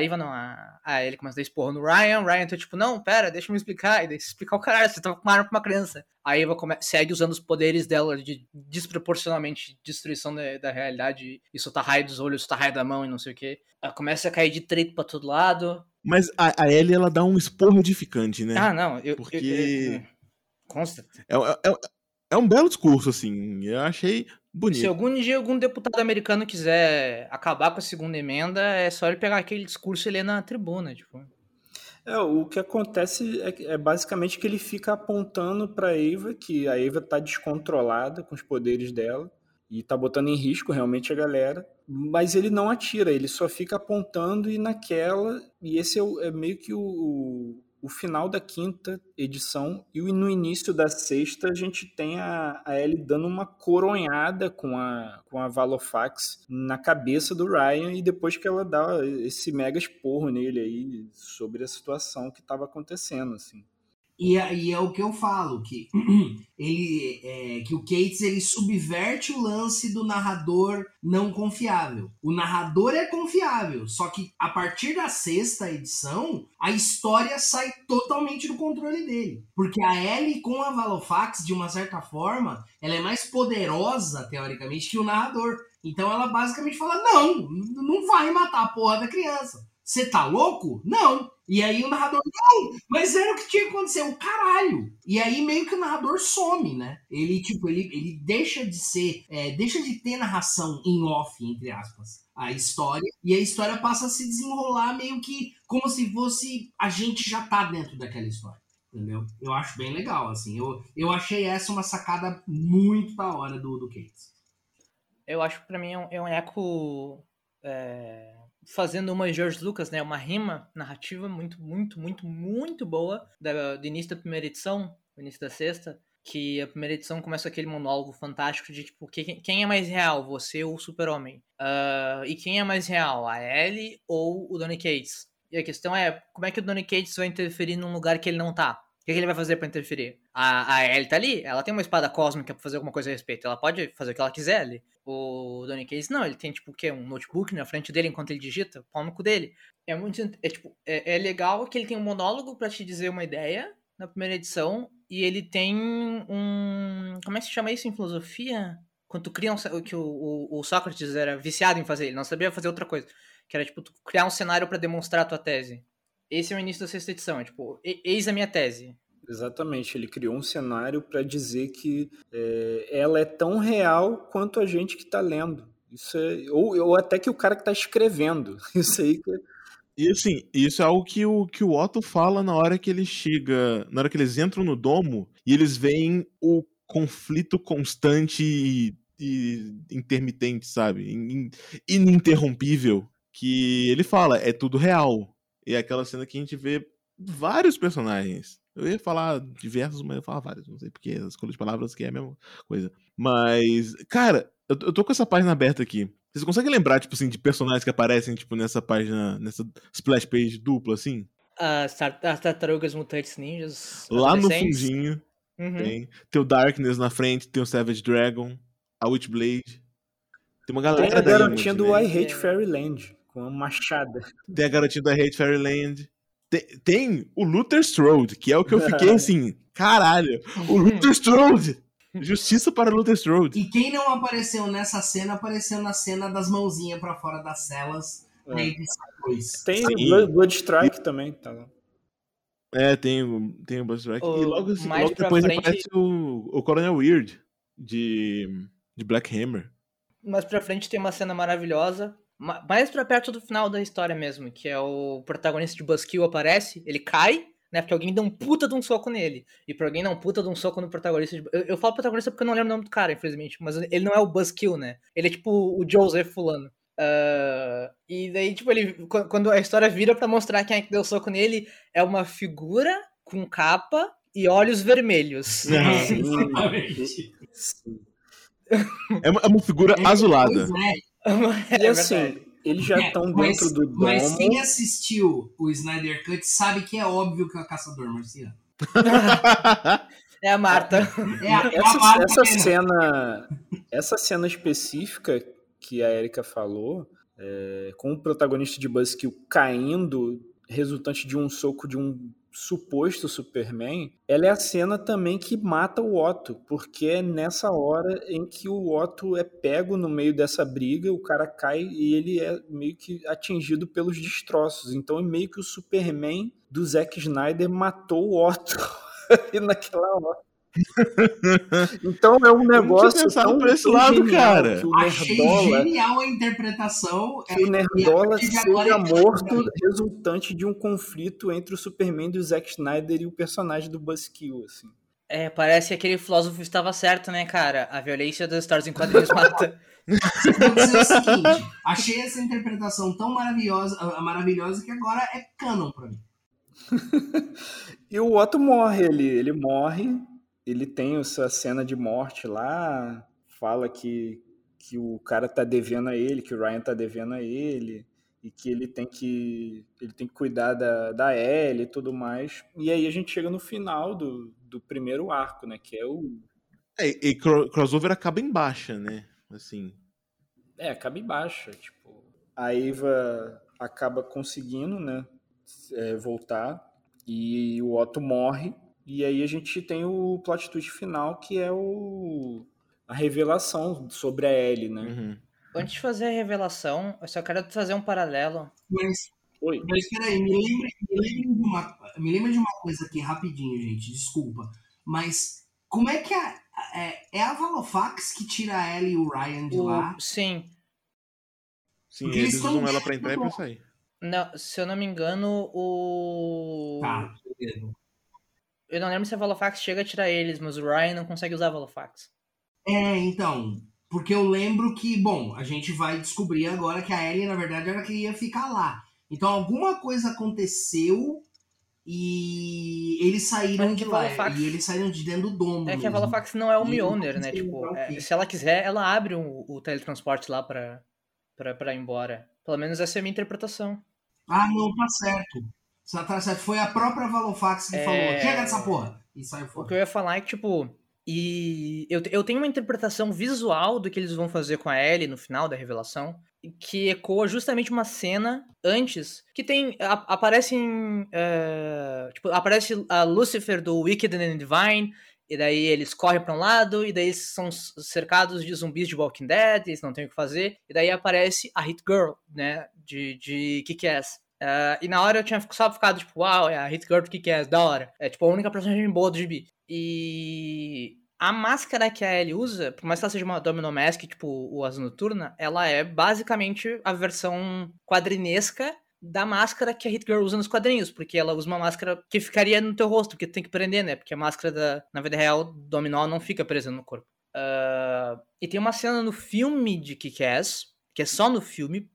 ele começa a dar esporro no Ryan, o Ryan tá tipo, não, pera, deixa eu me explicar, e daí se explicar o caralho, você tava com uma arma pra uma criança. A Ava segue usando os poderes dela de desproporcionalmente destruição da realidade, e soltar raio dos olhos, soltar raio da mão e não sei o que. Ela começa a cair de trito pra todo lado. Mas a Ellie, ela dá um esporro edificante, né? Ah, não, Porque... Consta. É um belo discurso, assim. Eu achei bonito. Se algum dia algum deputado americano quiser acabar com a segunda emenda, é só ele pegar aquele discurso e ler na tribuna, tipo. O que acontece é basicamente que ele fica apontando pra Ava, que a Ava tá descontrolada com os poderes dela e tá botando em risco realmente a galera. mas ele não atira, ele só fica apontando e naquela, e esse é meio que o final da 5ª edição, e no início da 6ª a gente tem a Ellie dando uma coronhada com a Valofax na cabeça do Ryan, e depois que ela dá esse mega esporro nele aí sobre a situação que estava acontecendo, assim. E é o que eu falo, que que o Cates ele subverte o lance do narrador não confiável. O narrador é confiável, só que a partir da 6ª edição, a história sai totalmente do controle dele. Porque a Ellie com a Valofax, de uma certa forma, ela é mais poderosa, teoricamente, que o narrador. Então ela basicamente fala, não vai matar a porra da criança. Você tá louco? Não. E aí o narrador, não, mas era o que tinha que acontecer, o caralho. E aí meio que o narrador some, né? Ele deixa de ser, deixa de ter narração em off, entre aspas, a história. E a história passa a se desenrolar meio que como se fosse a gente já tá dentro daquela história. Entendeu? Eu acho bem legal, assim. Eu achei essa uma sacada muito da hora do Cates. Eu acho que pra mim é um eco... fazendo uma George Lucas, né, uma rima narrativa muito, muito, muito, muito boa do início da primeira edição, do início da 6ª, que a primeira edição começa aquele monólogo fantástico de, tipo, quem é mais real, você ou o Super-Homem? E quem é mais real, a Ellie ou o Donny Cates? E a questão é, como é que o Donny Cates vai interferir num lugar que ele não tá? O que ele vai fazer pra interferir? A Ellie tá ali, ela tem uma espada cósmica pra fazer alguma coisa a respeito, ela pode fazer o que ela quiser ali. O Donny Cates não, ele tem tipo o quê? Um notebook na frente dele enquanto ele digita, pau no cu dele. É legal que ele tem um monólogo pra te dizer uma ideia na primeira edição, e ele tem como é que se chama isso em filosofia? Quando tu cria que o Sócrates era viciado em fazer, ele não sabia fazer outra coisa, que era tipo tu criar um cenário pra demonstrar a tua tese. Esse é o início da 6ª edição, tipo, eis a minha tese. Exatamente, ele criou um cenário para dizer que ela é tão real quanto a gente que está lendo. Isso ou até que o cara que está escrevendo. Isso aí que... E assim, isso é algo que o Otto fala na hora que ele chega, na hora que eles entram no domo e eles veem o conflito constante e intermitente, sabe? Ininterrompível, que ele fala, é tudo real. E é aquela cena que a gente vê vários personagens. Eu ia falar diversos, mas eu ia falar vários. Não sei porque a escolha de palavras que é a mesma coisa. Mas, cara, eu tô com essa página aberta aqui. Vocês conseguem lembrar, tipo assim, de personagens que aparecem, tipo, nessa página, nessa splash page dupla, assim? As tartarugas mutantes ninjas. Lá no fundinho tem o Darkness na frente, tem o Savage Dragon, a Witchblade. Tem uma galera tem a garotinha do I Hate Fairyland, com a machada. Tem a garotinha do I Hate Fairyland. Tem o Luther Strode, que é o que eu fiquei assim, caralho, o Luther Strode! Justiça para Luther Strode. E quem não apareceu nessa cena, apareceu na cena das mãozinhas pra fora das celas na edição 2. Tem Bloodstrike também, tá lá. Tem o Bloodstrike. E logo depois frente... aparece o Coronel Weird, de Black Hammer. Mais pra frente tem uma cena maravilhosa, mais pra perto do final da história mesmo, que é o protagonista de Buzzkill aparece, ele cai, né, porque alguém dá um puta de um soco nele, e pra alguém dar um puta de um soco no protagonista, eu falo protagonista porque eu não lembro o nome do cara, infelizmente, mas ele não é o Buzzkill, né, ele é tipo o Joseph fulano. E daí, tipo, quando a história vira pra mostrar quem é que deu soco nele, é uma figura com capa e olhos vermelhos. É uma figura azulada. E assim, eles já estão dentro do domo. Mas quem assistiu o Snyder Cut sabe que é óbvio que é o Caçador Marciano. É a Marta. Essa cena específica que a Erika falou, com o protagonista de Buzzkill caindo, resultante de um soco de um suposto Superman, ela é a cena também que mata o Otto, porque é nessa hora em que o Otto é pego no meio dessa briga, o cara cai e ele é meio que atingido pelos destroços. Então é meio que o Superman do Zack Snyder matou o Otto naquela hora. Então é um negócio tão por esse lado, cara. Achei genial a interpretação. Que o Nerdola seja morto resultante de um conflito entre o Superman do Zack Snyder e o personagem do Buzzkill, assim. Parece que aquele filósofo estava certo, né, cara? A violência das histórias em quadrinhos mata. Vou dizer o seguinte, achei essa interpretação tão maravilhosa que agora é canon pra mim. E o Otto morre, ele morre, ele tem essa cena de morte lá, fala que o cara tá devendo a ele, que o Ryan tá devendo a ele, e que ele tem que cuidar da Ellie e tudo mais. E aí a gente chega no final do primeiro arco, né, que é o... E crossover acaba em baixa, né? Assim. Acaba em baixa, tipo... A Eva acaba conseguindo, né, voltar, e o Otto morre, e aí a gente tem o plot twist final, que é a revelação sobre a Ellie, né? Uhum. Antes de fazer a revelação, eu só quero fazer um paralelo. Mas peraí, me lembra de uma coisa aqui, rapidinho, gente, desculpa. Mas como é que é a Valofax que tira a Ellie e o Ryan de lá? Sim. Sim, eles usam ela pra entrar e pra sair. Não, se eu não me engano, Tá, beleza. Eu não lembro se a Valofax chega a tirar eles, mas o Ryan não consegue usar a Valofax. Então, porque eu lembro que, bom, a gente vai descobrir agora que a Ellie, na verdade, era que ia ficar lá. Então, alguma coisa aconteceu e eles saíram de lá. Valofax... E eles saíram de dentro do domo que mesmo. A Valofax não é o Mjolnir, né? Tipo, se ela quiser, ela abre o teletransporte lá pra ir embora. Pelo menos essa é a minha interpretação. Ah, não, tá certo. Tá certo. Foi a própria Valofax que falou, chega dessa porra! E saiu fora. O que eu ia falar é que, tipo... E eu tenho uma interpretação visual do que eles vão fazer com a Ellie no final da revelação, que ecoa justamente uma cena antes, que tem... Aparecem... aparece a Lucifer do Wicked and Divine, e daí eles correm pra um lado, e daí eles são cercados de zumbis de Walking Dead, eles não têm o que fazer, e daí aparece a Hit Girl, né, de Kick-Ass. E na hora eu tinha só ficado, tipo, uau, é a Hit Girl do Kick-Ass, da hora. É, tipo, a única personagem boa do gibi. E a máscara que a Ellie usa, por mais que ela seja uma Domino Mask, tipo o Asa Noturna, ela é basicamente a versão quadrinesca da máscara que a Hit Girl usa nos quadrinhos, porque ela usa uma máscara que ficaria no teu rosto, porque tu tem que prender, né? Porque a máscara na vida real, Dominó, não fica presa no corpo. E tem uma cena no filme de Kick-Ass, que é só no filme,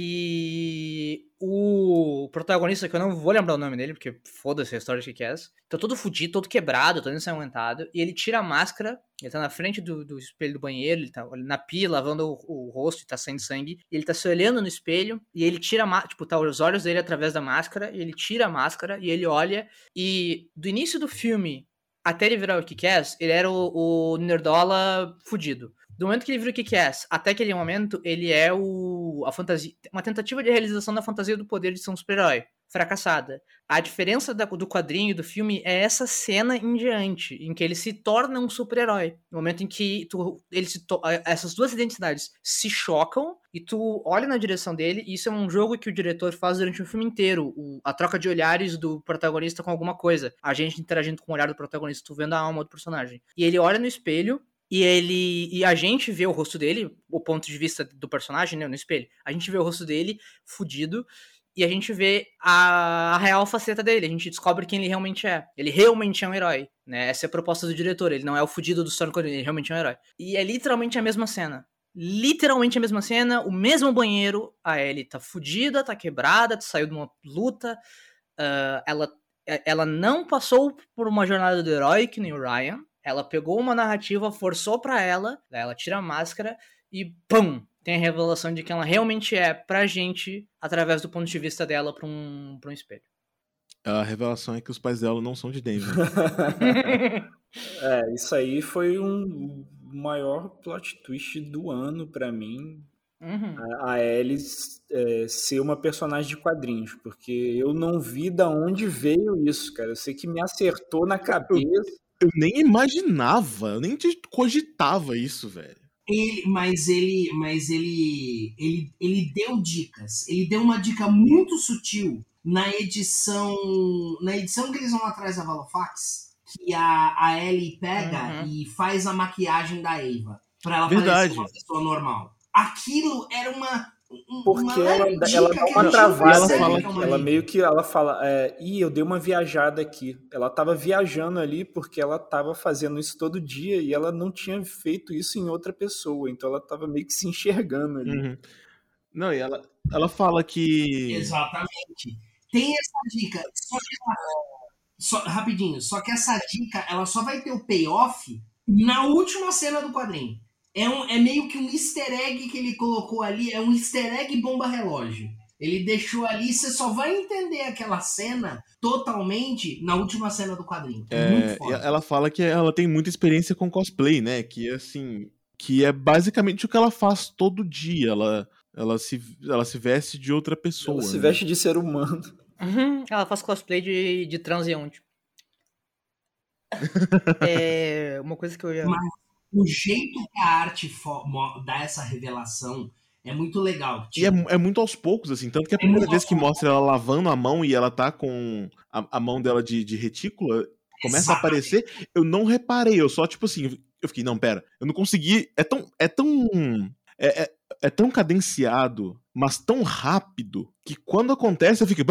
que o protagonista, que eu não vou lembrar o nome dele, porque foda-se a história de Kick-Ass, tá todo fudido, todo quebrado, todo ensanguentado, e ele tira a máscara, ele tá na frente do espelho do banheiro, ele tá na pia, lavando o rosto, e tá saindo sangue, e ele tá se olhando no espelho, e ele tira a máscara, tipo, tá os olhos dele através da máscara, e ele tira a máscara, e ele olha, e do início do filme até ele virar o Kick-Ass, ele era o nerdola fudido. Do momento que ele vira o Kick-Ass até aquele momento, ele é a fantasia, uma tentativa de realização da fantasia do poder de ser um super-herói, fracassada. A diferença do quadrinho e do filme é essa cena em diante, em que ele se torna um super-herói. No momento em que essas duas identidades se chocam e tu olha na direção dele, e isso é um jogo que o diretor faz durante o filme inteiro, a troca de olhares do protagonista com alguma coisa, a gente interagindo com o olhar do protagonista, tu vendo a alma do personagem. E ele olha no espelho, e a gente vê o rosto dele, o ponto de vista do personagem, né, no espelho. A gente vê o rosto dele fudido, e a gente vê a real faceta dele. A gente descobre quem ele realmente é. Ele realmente é um herói, né? Essa é a proposta do diretor. Ele não é o fudido do Storm Cold, ele realmente é um herói. E é literalmente a mesma cena. Literalmente a mesma cena, o mesmo banheiro. A Ellie tá fudida, tá quebrada, saiu de uma luta. Ela não passou por uma jornada do herói que nem o Ryan. Ela pegou uma narrativa, forçou pra ela, daí ela tira a máscara e pum! Tem a revelação de que ela realmente é pra gente, através do ponto de vista dela, pra um espelho. A revelação é que os pais dela não são de Denver. Isso aí foi um maior plot twist do ano pra mim. Uhum. A Ellie ser uma personagem de quadrinhos, porque eu não vi da onde veio isso, cara. Eu sei que me acertou na cabeça. Eu nem imaginava, eu nem cogitava isso, velho. Mas ele deu dicas. Ele deu uma dica muito sutil na edição que eles vão atrás da Valofax, que a Ellie pega e faz a maquiagem da Eva pra ela parecer uma pessoa normal. Aquilo era uma Porque uma ela dica dá que uma a gente não travada percebe fala ali. que é uma Ela dica. meio que ela fala, eu dei uma viajada aqui. Ela tava viajando ali porque ela tava fazendo isso todo dia e ela não tinha feito isso em outra pessoa. Então ela tava meio que se enxergando ali. Uhum. Não, e ela fala que. Exatamente. Tem essa dica. Rapidinho, só que essa dica ela só vai ter o payoff na última cena do quadrinho. É meio que um easter egg que ele colocou ali, é um easter egg bomba relógio. Ele deixou ali, você só vai entender aquela cena totalmente na última cena do quadrinho. É muito E foda. ela fala que ela tem muita experiência com cosplay, né? Que assim. Que é basicamente o que ela faz todo dia. Ela se veste de outra pessoa. Ela se né? veste de ser humano. Ela faz cosplay de transeunte. Uma coisa que eu ia... Mas o jeito que a arte dá essa revelação é muito legal. E é muito aos poucos, assim. Tanto que a primeira vez que mostra ela lavando a mão e ela tá com a mão dela de retícula, começa a aparecer, eu não reparei. Eu só, tipo assim, eu fiquei, não, pera. Eu não consegui. É tão cadenciado, mas tão rápido, que quando acontece eu fico.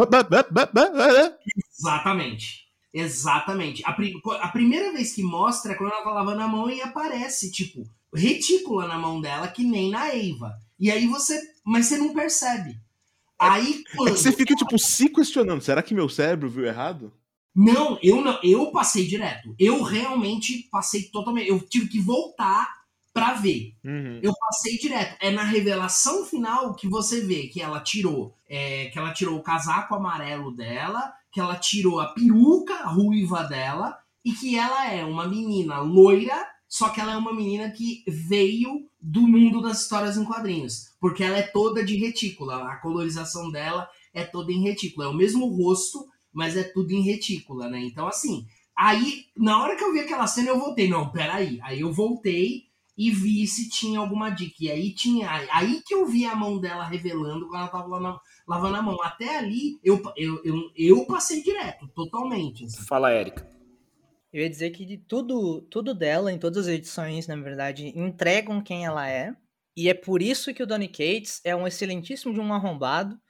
Exatamente. A primeira vez que mostra é quando ela tá lavando a mão e aparece, tipo, retícula na mão dela, que nem na Eva. E aí mas você não percebe. Aí quando... você fica, tipo, se questionando, será que meu cérebro viu errado? Não, eu passei direto. Eu realmente passei totalmente. Eu tive que voltar pra ver. Uhum. Eu passei direto. É na revelação final que você vê que ela tirou o casaco amarelo dela, que ela tirou a peruca ruiva dela e que ela é uma menina loira, só que ela é uma menina que veio do mundo das histórias em quadrinhos, porque ela é toda de retícula. A colorização dela é toda em retícula. É o mesmo rosto, mas é tudo em retícula, né? Então, assim, aí, na hora que eu vi aquela cena, eu voltei. Não, peraí. Aí eu voltei e vi se tinha alguma dica. E aí tinha. Aí que eu vi a mão dela revelando quando ela tava lavando a mão. Até ali, eu passei direto, totalmente. Assim. Fala, Érica. Eu ia dizer que de tudo dela, em todas as edições, na verdade, entregam quem ela é. E é por isso que o Donny Cates é um excelentíssimo de um arrombado.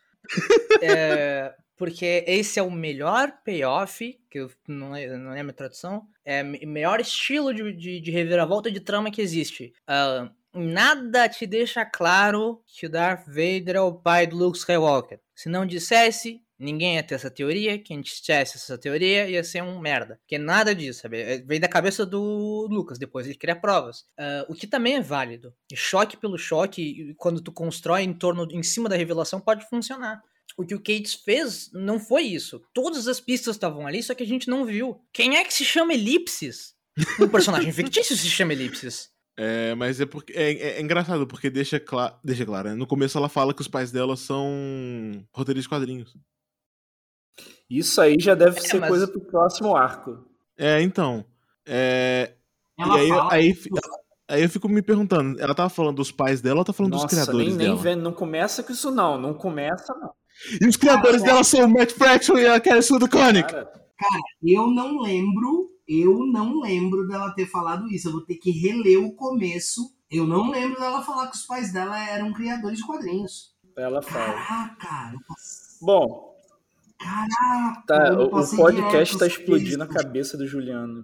Porque esse é o melhor payoff, que eu não é a minha tradução, é o melhor estilo de reviravolta de trama que existe. Nada te deixa claro que o Darth Vader é o pai do Luke Skywalker. Se não dissesse, ninguém ia ter essa teoria. Quem dissesse essa teoria ia ser um merda. Porque nada disso, sabe? Veio da cabeça do Lucas, depois ele cria provas. O que também é válido. Choque pelo choque, quando tu constrói em cima da revelação, pode funcionar. O que o Cates fez não foi isso. Todas as pistas estavam ali, só que a gente não viu. Quem é que se chama Elipsis? Um personagem fictício se chama Elipsis. Mas é porque é engraçado, porque deixa claro, né? No começo ela fala que os pais dela são roteiristas de quadrinhos. Isso aí já deve ser coisa pro próximo arco. Então. Ela fala... Aí eu fico me perguntando, ela tava falando dos pais dela ou tá falando dos criadores dela? Não começa com isso não começa não. E os criadores dela são o Matt Fraction e a Kelly Sue DeConnick. Cara, eu não lembro dela ter falado isso. Eu vou ter que reler o começo. Eu não lembro dela falar que os pais dela eram criadores de quadrinhos. Ela fala. Caraca. Bom. Caraca. Tá, o podcast tá explodindo a cabeça do Juliano.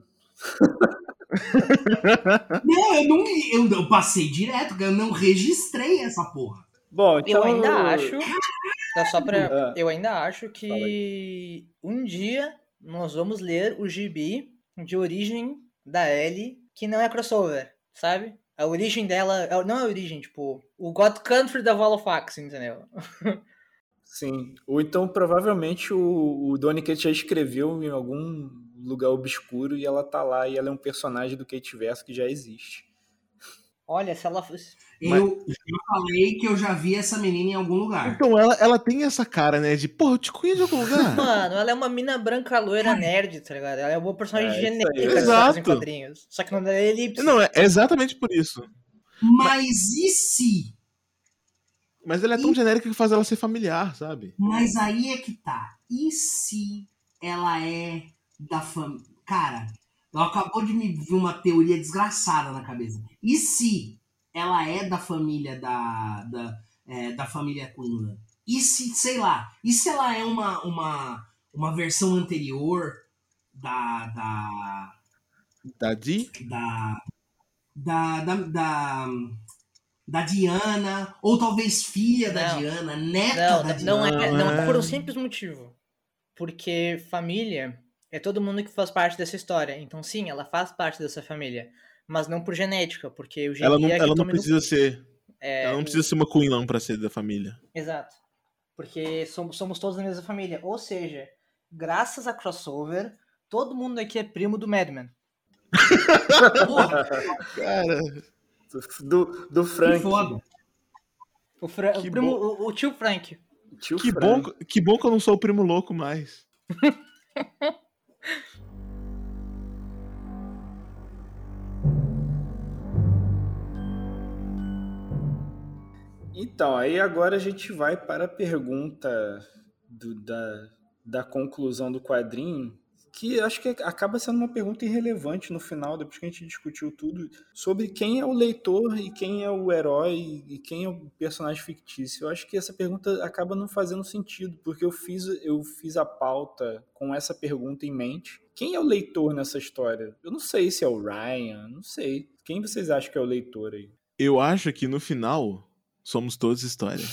Não, eu passei direto, eu não registrei essa porra. Bom, então... Eu ainda acho que um dia nós vamos ler o gibi de origem da Ellie, que não é crossover, sabe? A origem dela, não é a origem, tipo, o God Country da Volofax, entendeu? Sim, ou então provavelmente o Donny Cates já escreveu em algum lugar obscuro e ela tá lá e ela é um personagem do Cateverse que já existe. Olha, se ela fosse... Eu falei que eu já vi essa menina em algum lugar. Então, ela tem essa cara, né? De, porra, eu te conheço de algum lugar. Mano, ela é uma mina branca loira nerd, tá ligado? Ela é uma personagem genérica Exato. em quadrinhos. Só que não é elipse. Não, é exatamente por isso. Mas e se? Mas ela é tão genérica que faz ela ser familiar, sabe? Mas aí é que tá. E se ela é da família... Cara, acabou de me vir uma teoria desgraçada na cabeça. E se ela é da família da família Quinlan? E se, sei lá, e se ela é uma versão anterior da Da Dee? da Diana, ou talvez filha da Não. Diana, neta da Diana? Não é por um simples motivo. Porque família é todo mundo que faz parte dessa história. Então, sim, ela faz parte dessa família. Mas não por genética, porque o Ela gene é que não tome no precisa cu. ser. Ela não precisa ser uma Quinlan pra ser da família. Exato. Porque somos todos da mesma família. Ou seja, graças a crossover, todo mundo aqui é primo do Madman. Porra, Cara, Do Frank. que foda. O tio Frank. Tio que Frank. bom que eu não sou o primo louco mais. Então, aí agora a gente vai para a pergunta da conclusão do quadrinho, que acho que acaba sendo uma pergunta irrelevante no final, depois que a gente discutiu tudo, sobre quem é o leitor e quem é o herói e quem é o personagem fictício. Eu acho que essa pergunta acaba não fazendo sentido, porque eu fiz a pauta com essa pergunta em mente. Quem é o leitor nessa história? Eu não sei se é o Ryan, não sei. Quem vocês acham que é o leitor aí? Eu acho que no final somos todos história.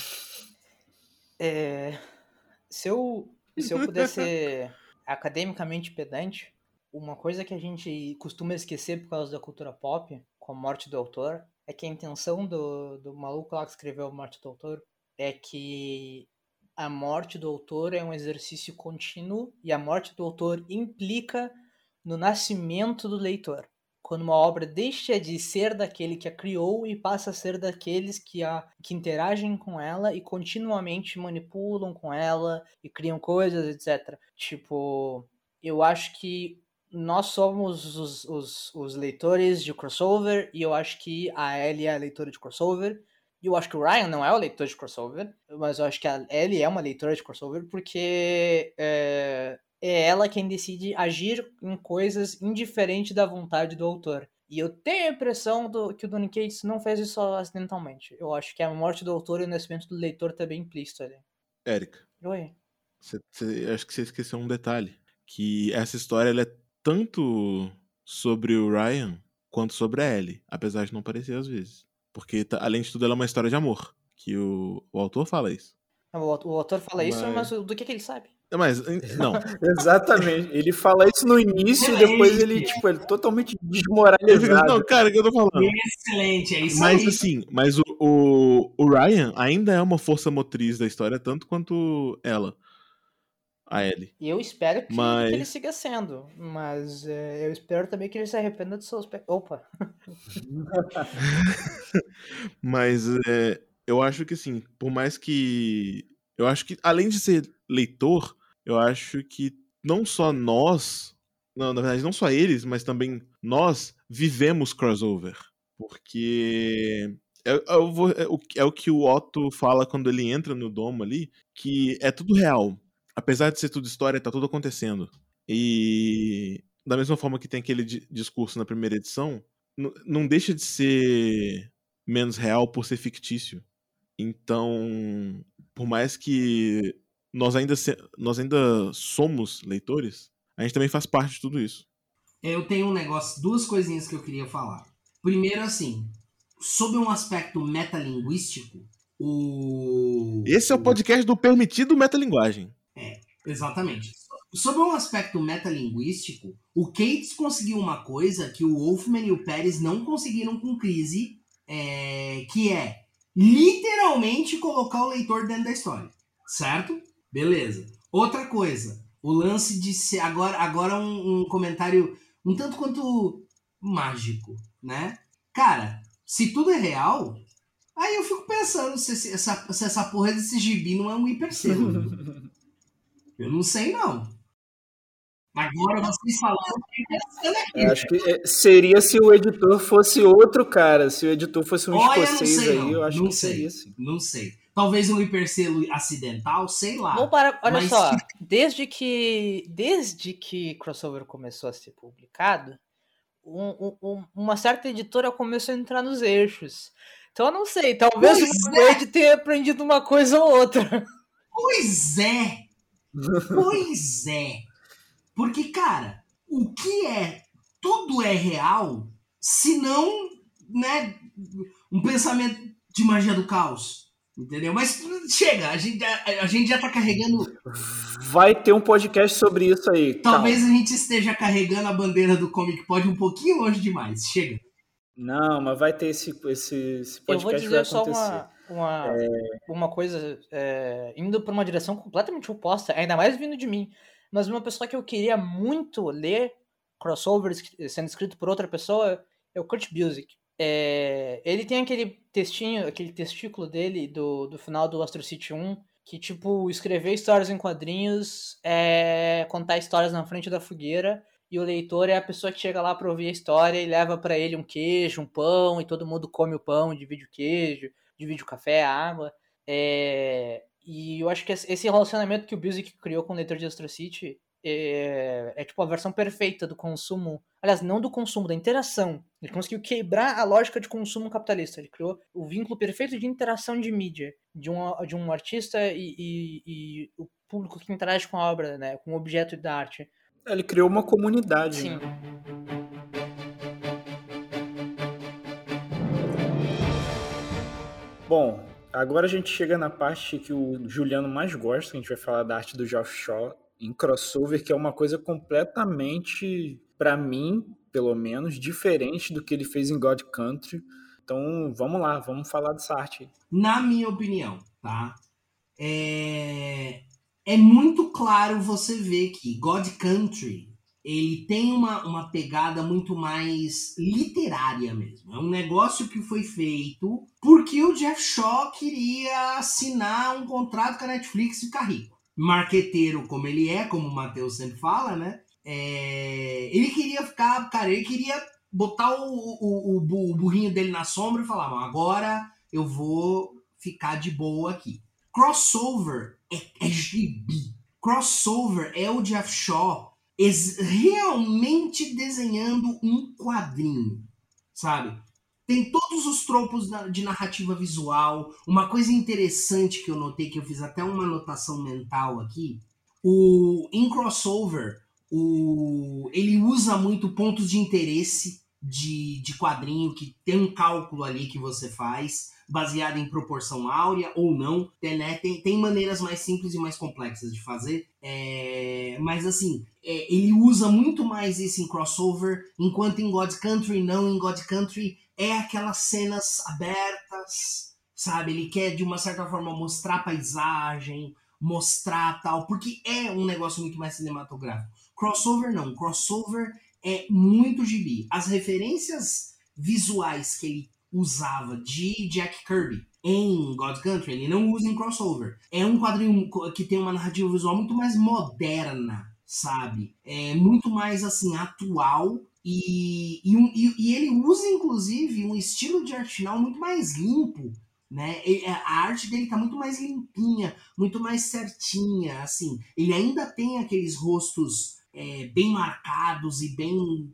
Se eu puder ser academicamente pedante, uma coisa que a gente costuma esquecer por causa da cultura pop, com a morte do autor, é que a intenção do maluco lá que escreveu a morte do autor é que a morte do autor é um exercício contínuo e a morte do autor implica no nascimento do leitor. Quando uma obra deixa de ser daquele que a criou e passa a ser daqueles que interagem com ela e continuamente manipulam com ela e criam coisas, etc. Tipo, eu acho que nós somos os leitores de crossover e eu acho que a Ellie é a leitora de crossover. E eu acho que o Ryan não é o leitor de crossover, mas eu acho que a Ellie é uma leitora de crossover porque é ela quem decide agir em coisas indiferente da vontade do autor. E eu tenho a impressão que o Donny Cates não fez isso acidentalmente. Eu acho que a morte do autor e o nascimento do leitor tá bem implícito ali. Érica, Oi. acho que você esqueceu um detalhe. Que essa história ela é tanto sobre o Ryan quanto sobre a Ellie, apesar de não parecer às vezes. Porque, além de tudo, ela é uma história de amor. Que o autor fala isso. O autor fala isso, mas do que ele sabe? Mas, não. Exatamente. Ele fala isso no início e depois ele é totalmente desmoralizado. Não, cara, o que eu tô falando? Excelente, é isso mas, aí. Assim, mas o Ryan ainda é uma força motriz da história, tanto quanto ela. A Ellie. E eu espero que ele siga sendo. Mas eu espero também que ele se arrependa dos seus... Opa! Mas eu acho que, assim, por mais que... Eu acho que, além de ser leitor, eu acho que não só nós... Não, na verdade, não só eles, mas também nós vivemos crossover. Porque... É o que o Otto fala quando ele entra no domo ali, que é tudo real. Apesar de ser tudo história, tá tudo acontecendo. E da mesma forma que tem aquele discurso na primeira edição, não deixa de ser menos real por ser fictício. Então, por mais que nós ainda somos leitores, a gente também faz parte de tudo isso. Eu tenho um negócio, duas coisinhas que eu queria falar. Primeiro, assim, sob um aspecto metalinguístico, Esse é o podcast do permitido metalinguagem. Exatamente. Sob um aspecto metalinguístico, o Cates conseguiu uma coisa que o Wolfman e o Pérez não conseguiram com Crise, que é literalmente colocar o leitor dentro da história. Certo? Beleza. Outra coisa, o lance de ser... Agora um comentário um tanto quanto mágico, né? Cara, se tudo é real, aí eu fico pensando se essa porra desse gibi não é um hiperselo. Eu não sei, não. Agora vocês falando, acho que seria se o editor fosse outro cara. Se o editor fosse um escocês aí, eu acho que seria assim. Não sei. Talvez um hiperselo acidental, sei lá. Vamos parar, olha só, desde que Crossover começou a ser publicado, uma certa editora começou a entrar nos eixos. Então eu não sei, talvez o Wade tenha aprendido uma coisa ou outra. Pois é! Pois é! Porque, cara, o que é... Tudo é real, se não, né, um pensamento de magia do caos. Entendeu? Mas chega, a gente já tá carregando... Vai ter um podcast sobre isso aí. Talvez calma. a gente esteja carregando a bandeira do Comic Pod um pouquinho longe demais. Chega. Não, mas vai ter esse podcast. Eu vou dizer só acontecer. uma coisa, indo para uma direção completamente oposta, ainda mais vindo de mim. Mas uma pessoa que eu queria muito ler crossovers sendo escrito por outra pessoa é o Kurt Busiek. Ele tem aquele testículo dele do final do Astro City 1, que, tipo, escrever histórias em quadrinhos é contar histórias na frente da fogueira, e o leitor é a pessoa que chega lá pra ouvir a história e leva pra ele um queijo, um pão, e todo mundo come o pão, divide o queijo, divide o café, a água. E eu acho que esse relacionamento que o Busiek criou com o leitor de Astro City é tipo a versão perfeita do consumo. Aliás, não do consumo, da interação. Ele conseguiu quebrar a lógica de consumo capitalista. Ele criou o vínculo perfeito de interação de mídia, de um artista e o público que interage com a obra, né, com o objeto da arte. Ele criou uma comunidade. Sim. Né? Bom, agora a gente chega na parte que o Juliano mais gosta, que a gente vai falar da arte do Geoff Shaw em crossover, que é uma coisa completamente, para mim, pelo menos, diferente do que ele fez em God Country. Então, vamos lá, vamos falar dessa arte. Na minha opinião, tá? É muito claro você ver que God Country, ele tem uma pegada muito mais literária mesmo. É um negócio que foi feito porque o Geoff Shaw queria assinar um contrato com a Netflix e ficar rico. Marqueteiro como ele é, como o Matheus sempre fala, né? Ele queria ficar, cara, ele queria botar o burrinho dele na sombra e falar, agora eu vou ficar de boa aqui. Crossover é gibi. Crossover é o Geoff Shaw realmente desenhando um quadrinho, sabe? Tem todos os tropos de narrativa visual. Uma coisa interessante que eu notei, que eu fiz até uma anotação mental aqui, em Crossover, ele usa muito pontos de interesse de quadrinho, que tem um cálculo ali que você faz, baseado em proporção áurea ou não, né? Tem maneiras mais simples e mais complexas de fazer, mas assim, ele usa muito mais isso em Crossover, enquanto em God Country não. Em God Country é aquelas cenas abertas, sabe? Ele quer de uma certa forma mostrar a paisagem, mostrar tal, porque é um negócio muito mais cinematográfico. Crossover não, Crossover é muito gibi. As referências visuais que ele usava de Jack Kirby em God Country, ele não usa em Crossover. É um quadrinho que tem uma narrativa visual muito mais moderna, sabe? É muito mais, assim, atual. E ele usa, inclusive, um estilo de arte final muito mais limpo, né? A arte dele tá muito mais limpinha, muito mais certinha, assim. Ele ainda tem aqueles rostos bem marcados e bem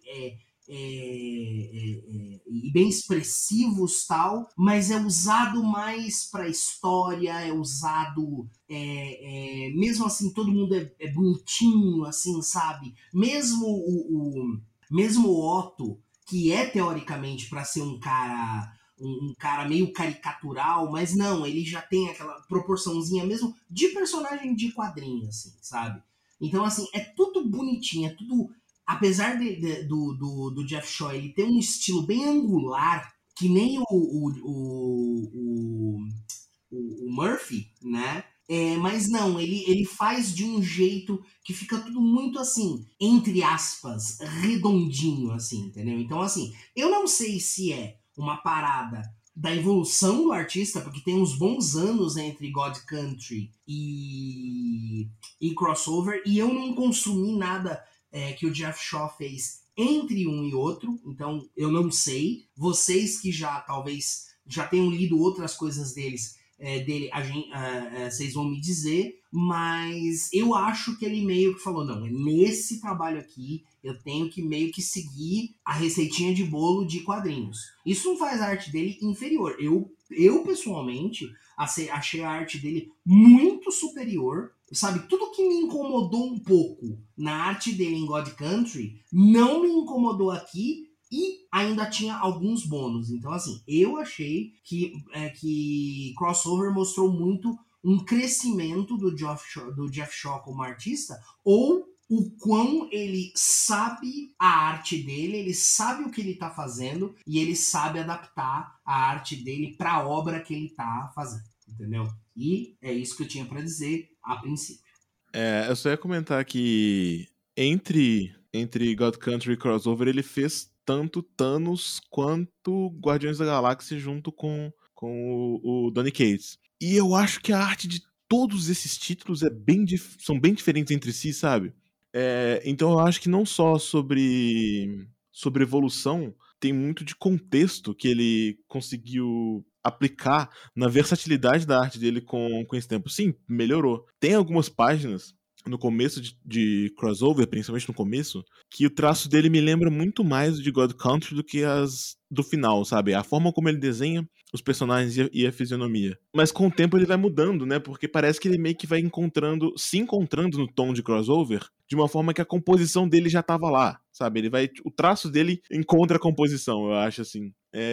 expressivos, tal, mas é usado mais para história, é usado mesmo assim, todo mundo é bonitinho, assim, sabe? Mesmo o Otto, que é teoricamente para ser um cara meio caricatural, mas não, ele já tem aquela proporçãozinha mesmo de personagem de quadrinho, assim, sabe? Então, assim, é tudo bonitinho, é tudo... Apesar do Geoff Shaw, ele tem um estilo bem angular, que nem o Murphy, né? Mas não, ele faz de um jeito que fica tudo muito, assim, entre aspas, redondinho, assim, entendeu? Então, assim, eu não sei se é uma parada da evolução do artista, porque tem uns bons anos entre God Country e Crossover, e eu não consumi nada que o Geoff Shaw fez entre um e outro, então eu não sei. Vocês que talvez já tenham lido outras coisas deles, dele, vocês vão me dizer, mas eu acho que ele meio que falou, não, nesse trabalho aqui eu tenho que meio que seguir a receitinha de bolo de quadrinhos. Isso não faz a arte dele inferior. Eu pessoalmente, achei a arte dele muito superior. Sabe, tudo que me incomodou um pouco na arte dele em God Country não me incomodou aqui e ainda tinha alguns bônus. Então, assim, eu achei que Crossover mostrou muito um crescimento do Jeff Shaw como artista, ou o quão ele sabe a arte dele, ele sabe o que ele tá fazendo e ele sabe adaptar a arte dele para a obra que ele tá fazendo, entendeu? E é isso que eu tinha para dizer a princípio. Eu só ia comentar que entre God Country e Crossover ele fez tanto Thanos quanto Guardiões da Galáxia junto com o Donny Cates. E eu acho que a arte de todos esses títulos são bem diferentes entre si, sabe? Então eu acho que não só sobre evolução, tem muito de contexto que ele conseguiu aplicar na versatilidade da arte dele com esse tempo. Sim, melhorou. Tem algumas páginas no começo de Crossover, principalmente no começo, que o traço dele me lembra muito mais de God Country do que as do final, sabe? A forma como ele desenha os personagens e a fisionomia. Mas com o tempo ele vai mudando, né? Porque parece que ele meio que vai se encontrando no tom de Crossover de uma forma que a composição dele já tava lá, sabe? O traço dele encontra a composição, eu acho, assim.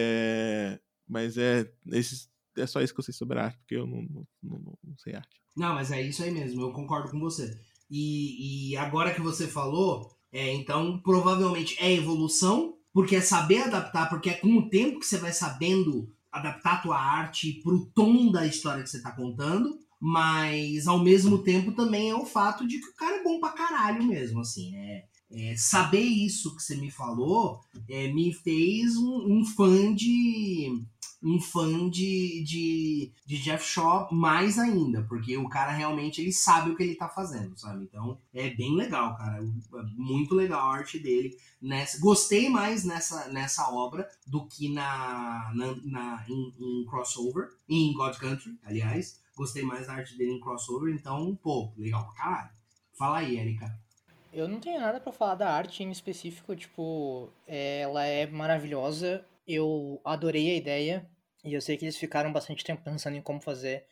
Mas é só isso que eu sei sobre a arte, porque eu não sei arte. Não, mas é isso aí mesmo, eu concordo com você. E agora que você falou, então provavelmente é evolução, porque é saber adaptar, porque é com o tempo que você vai sabendo adaptar a tua arte pro tom da história que você tá contando, mas ao mesmo tempo também é o fato de que o cara é bom pra caralho mesmo, assim, saber isso que você me falou me fez um fã de Jeff Shaw mais ainda, porque o cara realmente ele sabe o que ele tá fazendo, sabe? Então é bem legal, cara, muito legal a arte dele. Gostei mais nessa obra do que em Crossover, em God Country, aliás. Gostei mais da arte dele em Crossover, então, pô, legal pra caralho. Fala aí, Erika. Eu não tenho nada pra falar da arte em específico, ela é maravilhosa, eu adorei a ideia, e eu sei que eles ficaram bastante tempo pensando em como fazer,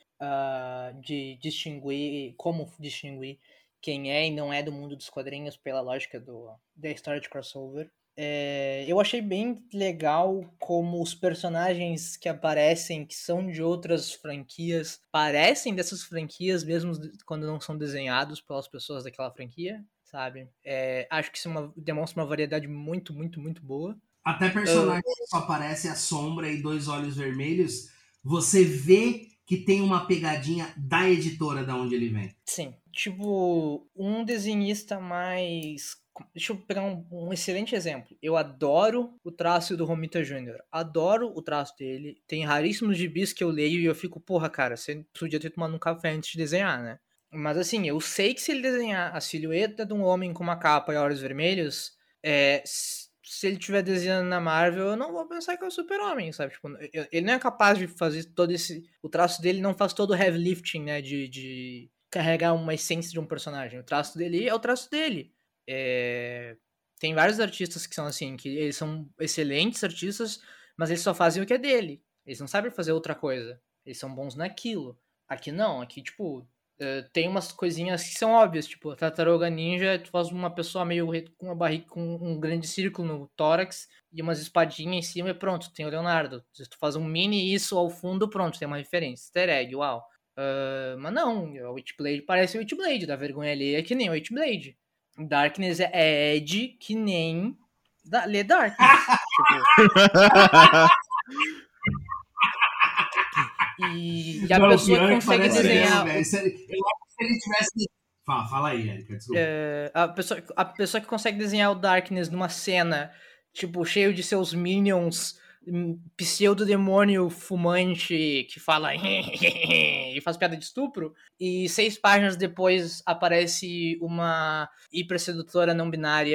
como distinguir quem é e não é do mundo dos quadrinhos pela lógica da história de Crossover. Eu achei bem legal como os personagens que aparecem, que são de outras franquias, parecem dessas franquias mesmo quando não são desenhados pelas pessoas daquela franquia, sabe? Acho que isso demonstra uma variedade muito, muito, muito boa. Até personagem que só aparece a sombra e 2 olhos vermelhos, você vê que tem uma pegadinha da editora da onde ele vem. Sim, um desenhista mais... Deixa eu pegar um excelente exemplo. Eu adoro o traço do Romita Jr. Adoro o traço dele. Tem raríssimos gibis que eu leio e eu fico, porra, cara, você podia ter tomado um café antes de desenhar, né? Mas assim, eu sei que se ele desenhar a silhueta de um homem com uma capa e olhos vermelhos, se ele estiver desenhando na Marvel, eu não vou pensar que é o Super-Homem, sabe? Ele não é capaz de fazer todo esse... O traço dele não faz todo o heavy lifting, né? De carregar uma essência de um personagem. O traço dele é o traço dele. Tem vários artistas que são assim, que eles são excelentes artistas, mas eles só fazem o que é dele. Eles não sabem fazer outra coisa. Eles são bons naquilo. Aqui não, aqui, tem umas coisinhas que são óbvias, tipo, a Tartaruga Ninja, tu faz uma pessoa meio com uma barriga, com um grande círculo no tórax e umas espadinhas em cima e pronto, tem o Leonardo. Se tu faz um mini isso ao fundo, pronto, tem uma referência. Easter egg, uau. Mas não, o Witchblade parece o Witchblade, da vergonha alheia é que nem o Witchblade. Darkness é Ed que nem lê Darkness. E a pessoa que consegue desenhar... Eu acho que se ele tivesse... Fala aí, Erika, desculpa. A pessoa que consegue desenhar o Darkness numa cena, cheio de seus minions, pseudo-demônio fumante que fala e faz piada de estupro, e 6 páginas depois aparece uma hipersedutora não binária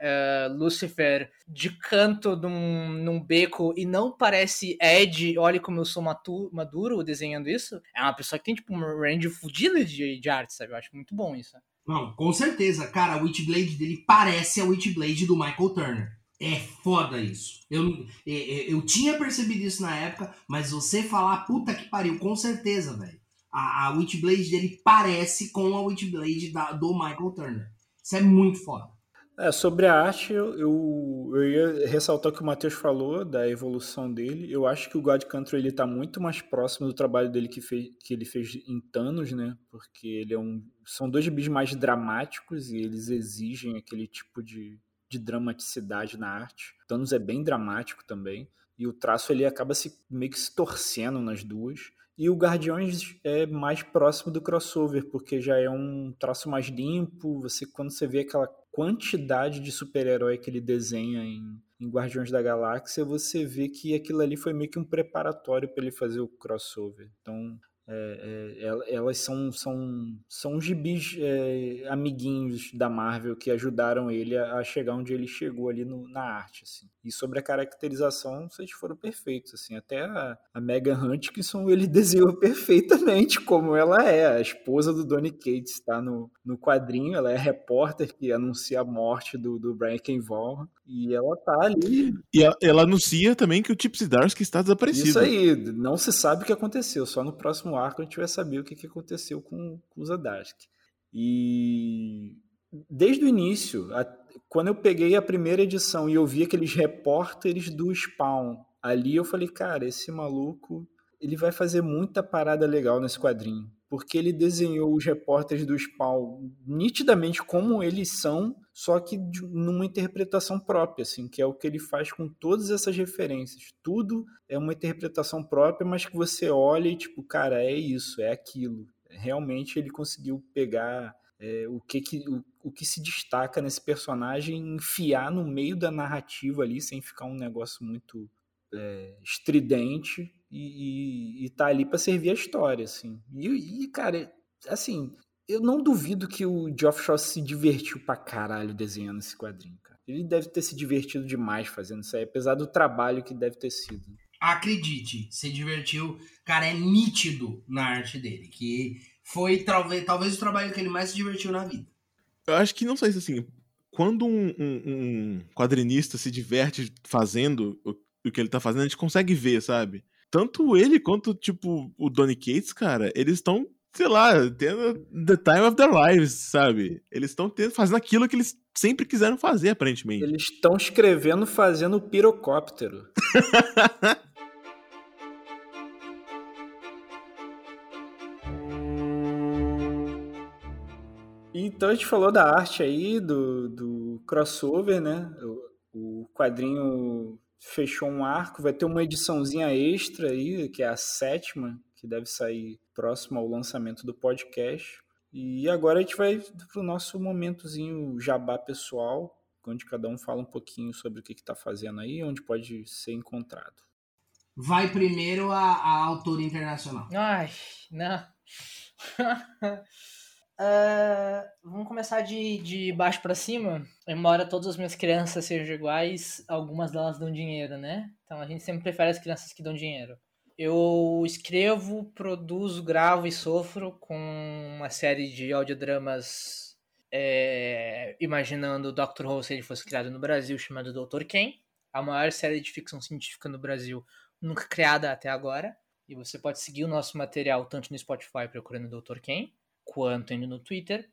Lucifer de canto num beco e não parece Ed, olha como eu sou maduro desenhando isso, é uma pessoa que tem tipo um range fodido de arte, sabe? Eu acho muito bom isso. Não, com certeza, cara, a Witchblade dele parece a Witchblade do Michael Turner. É foda isso. Eu tinha percebido isso na época, mas você falar, puta que pariu, com certeza, velho. A Witchblade dele parece com a Witchblade do Michael Turner. Isso é muito foda. Sobre a arte, eu ia ressaltar o que o Matheus falou, da evolução dele. Eu acho que o God Country ele tá muito mais próximo do trabalho dele que ele fez em Thanos, né? Porque ele são dois gibis mais dramáticos e eles exigem aquele tipo de dramaticidade na arte. Thanos é bem dramático também. E o traço ele acaba meio que se torcendo nas duas. E o Guardiões é mais próximo do crossover, porque já é um traço mais limpo. Quando você vê aquela quantidade de super-herói que ele desenha em Guardiões da Galáxia, você vê que aquilo ali foi meio que um preparatório para ele fazer o crossover. Então, elas são gibis amiguinhos da Marvel que ajudaram ele a chegar onde ele chegou ali na arte, assim. E sobre a caracterização, vocês foram perfeitos, assim. Até a Megan Hutchinson ele desenhou perfeitamente como ela é. A esposa do Donny Cates está no quadrinho, ela é a repórter que anuncia a morte do Brian K. Vaughan, e ela tá ali. E ela anuncia também que o Chip Zdarsky está desaparecido. Isso aí, não se sabe o que aconteceu, só no próximo arco a gente vai saber o que aconteceu com o Zdarsky. E desde o início, quando eu peguei a primeira edição e eu vi aqueles repórteres do Spawn, ali eu falei, cara, esse maluco, ele vai fazer muita parada legal nesse quadrinho, porque ele desenhou os repórteres do Spawn nitidamente como eles são, só que numa interpretação própria, assim, que é o que ele faz com todas essas referências. Tudo é uma interpretação própria, mas que você olha e tipo, cara, é isso, é aquilo. Realmente ele conseguiu pegar o que se destaca nesse personagem, enfiar no meio da narrativa ali, sem ficar um negócio muito estridente, e tá ali para servir a história, assim. E, cara, assim, eu não duvido que o Geoff Shaw se divertiu pra caralho desenhando esse quadrinho, cara. Ele deve ter se divertido demais fazendo isso aí, apesar do trabalho que deve ter sido. Acredite, se divertiu. Cara, é nítido na arte dele, que foi talvez o trabalho que ele mais se divertiu na vida. Eu acho que não sei se assim, quando um quadrinista se diverte fazendo o que ele tá fazendo, a gente consegue ver, sabe? Tanto ele quanto, tipo, o Donny Cates, cara, eles estão, sei lá, tendo the time of their lives, sabe? Eles estão fazendo aquilo que eles sempre quiseram fazer, aparentemente. Eles estão escrevendo fazendo o pirocóptero. Então a gente falou da arte aí, do crossover, né? O quadrinho fechou um arco, vai ter uma ediçãozinha extra aí, que é a 7ª, que deve sair próximo ao lançamento do podcast. E agora a gente vai pro nosso momentozinho jabá pessoal, onde cada um fala um pouquinho sobre o que está fazendo aí, onde pode ser encontrado. Vai primeiro a autora internacional. Ai, não. Vamos começar de baixo pra cima. Embora todas as minhas crianças sejam iguais, algumas delas dão dinheiro, né? Então a gente sempre prefere as crianças que dão dinheiro. Eu escrevo, produzo, gravo e sofro com uma série de audiodramas imaginando o Dr. Who se ele fosse criado no Brasil, chamado Dr. Quem, a maior série de ficção científica no Brasil nunca criada até agora. E você pode seguir o nosso material tanto no Spotify procurando Dr. Quem, quanto indo no Twitter,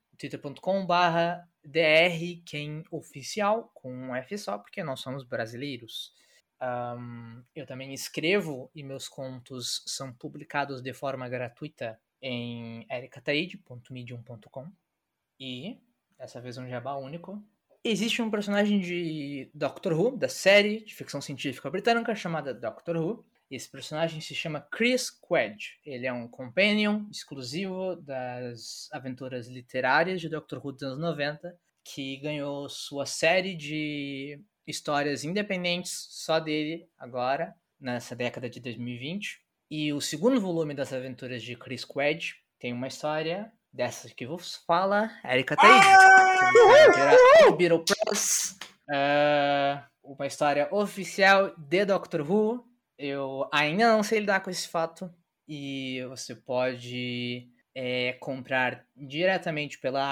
twitter.com/drquemoficial, com um F só, porque nós somos brasileiros. Eu também escrevo e meus contos são publicados de forma gratuita em ericataide.medium.com. E, dessa vez um jabá único, existe um personagem de Doctor Who, da série de ficção científica britânica chamada Doctor Who. Esse personagem se chama Chris Quedge. Ele é um companion exclusivo das aventuras literárias de Doctor Who dos anos 90, que ganhou sua série de histórias independentes só dele agora, nessa década de 2020. E o segundo volume das aventuras de Chris Quedge tem uma história dessas que vos fala Erika Taide. Beetle Press. Uma história oficial de Doctor Who. Eu ainda não sei lidar com esse fato. E você pode comprar diretamente pela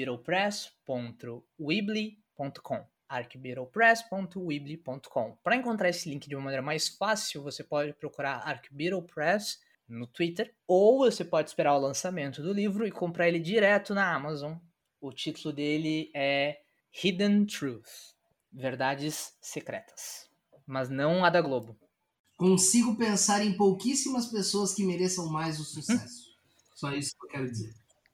arcbeetlepress.weebly.com. arcbeetlepress.weebly.com. Para encontrar esse link de uma maneira mais fácil, você pode procurar Arcbeetle Press no Twitter, ou você pode esperar o lançamento do livro e comprar ele direto na Amazon. O título dele é Hidden Truth, Verdades Secretas, mas não a da Globo. Consigo pensar em pouquíssimas pessoas que mereçam mais o sucesso. Só isso que eu quero dizer.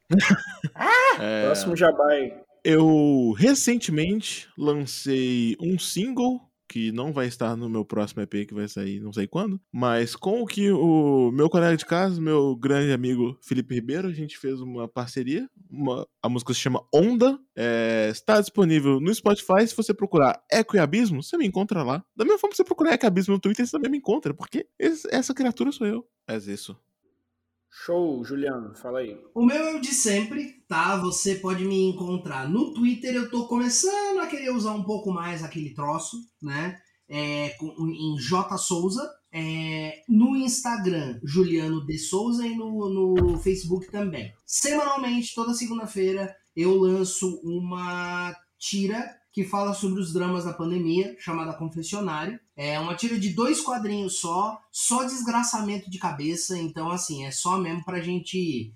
Próximo jabá aí. Eu recentemente lancei um single que não vai estar no meu próximo EP, que vai sair não sei quando, mas com o que o meu colega de casa, meu grande amigo Felipe Ribeiro, a gente fez uma parceria. A música se chama Onda, está disponível no Spotify. Se você procurar Eco e Abismo, você me encontra lá. Da mesma forma que você procurar Eco e Abismo no Twitter, você também me encontra, porque essa criatura sou eu. Faz isso. Show, Juliano, fala aí. O meu é o de sempre, tá? Você pode me encontrar no Twitter. Eu tô começando a querer usar um pouco mais aquele troço, né? Em J Souza. No Instagram, Juliano de Souza, e no Facebook também. Semanalmente, toda segunda-feira, eu lanço uma tira que fala sobre os dramas da pandemia, chamada Confessionário. É uma tira de 2 quadrinhos só desgraçamento de cabeça. Então, assim, é só mesmo pra gente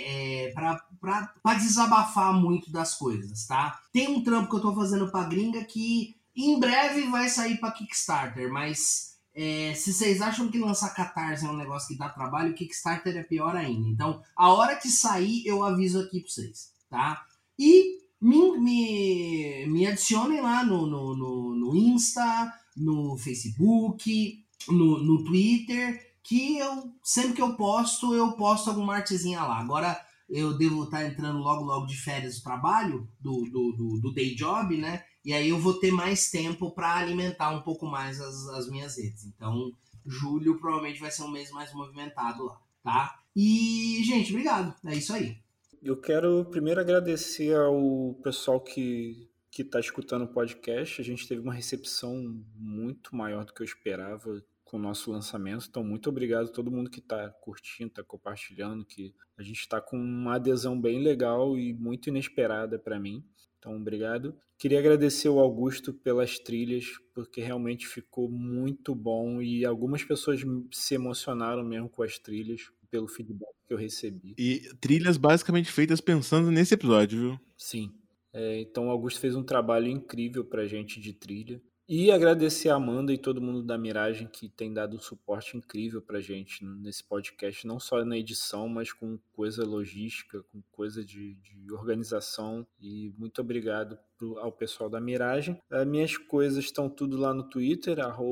pra desabafar muito das coisas, tá? Tem um trampo que eu tô fazendo pra gringa que em breve vai sair pra Kickstarter, mas se vocês acham que lançar Catarse é um negócio que dá trabalho, Kickstarter é pior ainda. Então, a hora que sair, eu aviso aqui pra vocês, tá? E me adicionem lá no Insta, no Facebook, no Twitter, que sempre que eu posto alguma artezinha lá. Agora eu devo estar entrando logo de férias do trabalho, do day job, né? E aí eu vou ter mais tempo para alimentar um pouco mais as minhas redes. Então, julho provavelmente vai ser um mês mais movimentado lá, tá? E, gente, obrigado. É isso aí. Eu quero primeiro agradecer ao pessoal que está escutando o podcast. A gente teve uma recepção muito maior do que eu esperava com o nosso lançamento. Então, muito obrigado a todo mundo que está curtindo, está compartilhando, que a gente está com uma adesão bem legal e muito inesperada para mim. Então, obrigado. Queria agradecer ao Augusto pelas trilhas, porque realmente ficou muito bom e algumas pessoas se emocionaram mesmo com as trilhas, pelo feedback que eu recebi. E trilhas basicamente feitas pensando nesse episódio, viu? Sim. Então o Augusto fez um trabalho incrível pra gente de trilha. E agradecer a Amanda e todo mundo da Miragem que tem dado um suporte incrível pra gente nesse podcast, não só na edição, mas com coisa logística, com coisa de organização. E muito obrigado ao pessoal da Miragem. As minhas coisas estão tudo lá no Twitter,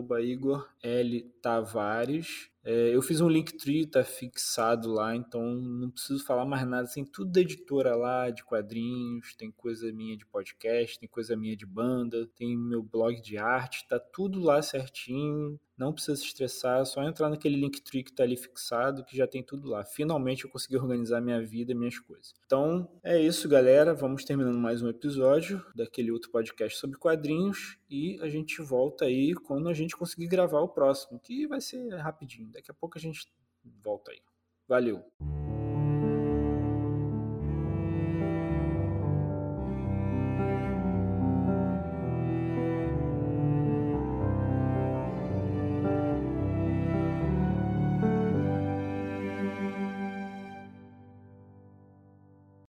@IgorLTavares. Eu fiz um Linktree, tá fixado lá, então não preciso falar mais nada. Tem tudo da editora lá, de quadrinhos, tem coisa minha de podcast, tem coisa minha de banda, tem meu blog de arte, tá tudo lá certinho. Não precisa se estressar, é só entrar naquele Linktree que tá ali fixado, que já tem tudo lá. Finalmente eu consegui organizar minha vida e minhas coisas. Então é isso, galera. Vamos terminando mais um episódio daquele outro podcast sobre quadrinhos e a gente volta aí quando a gente conseguir gravar o próximo, que vai ser rapidinho. Daqui a pouco a gente volta aí. Valeu!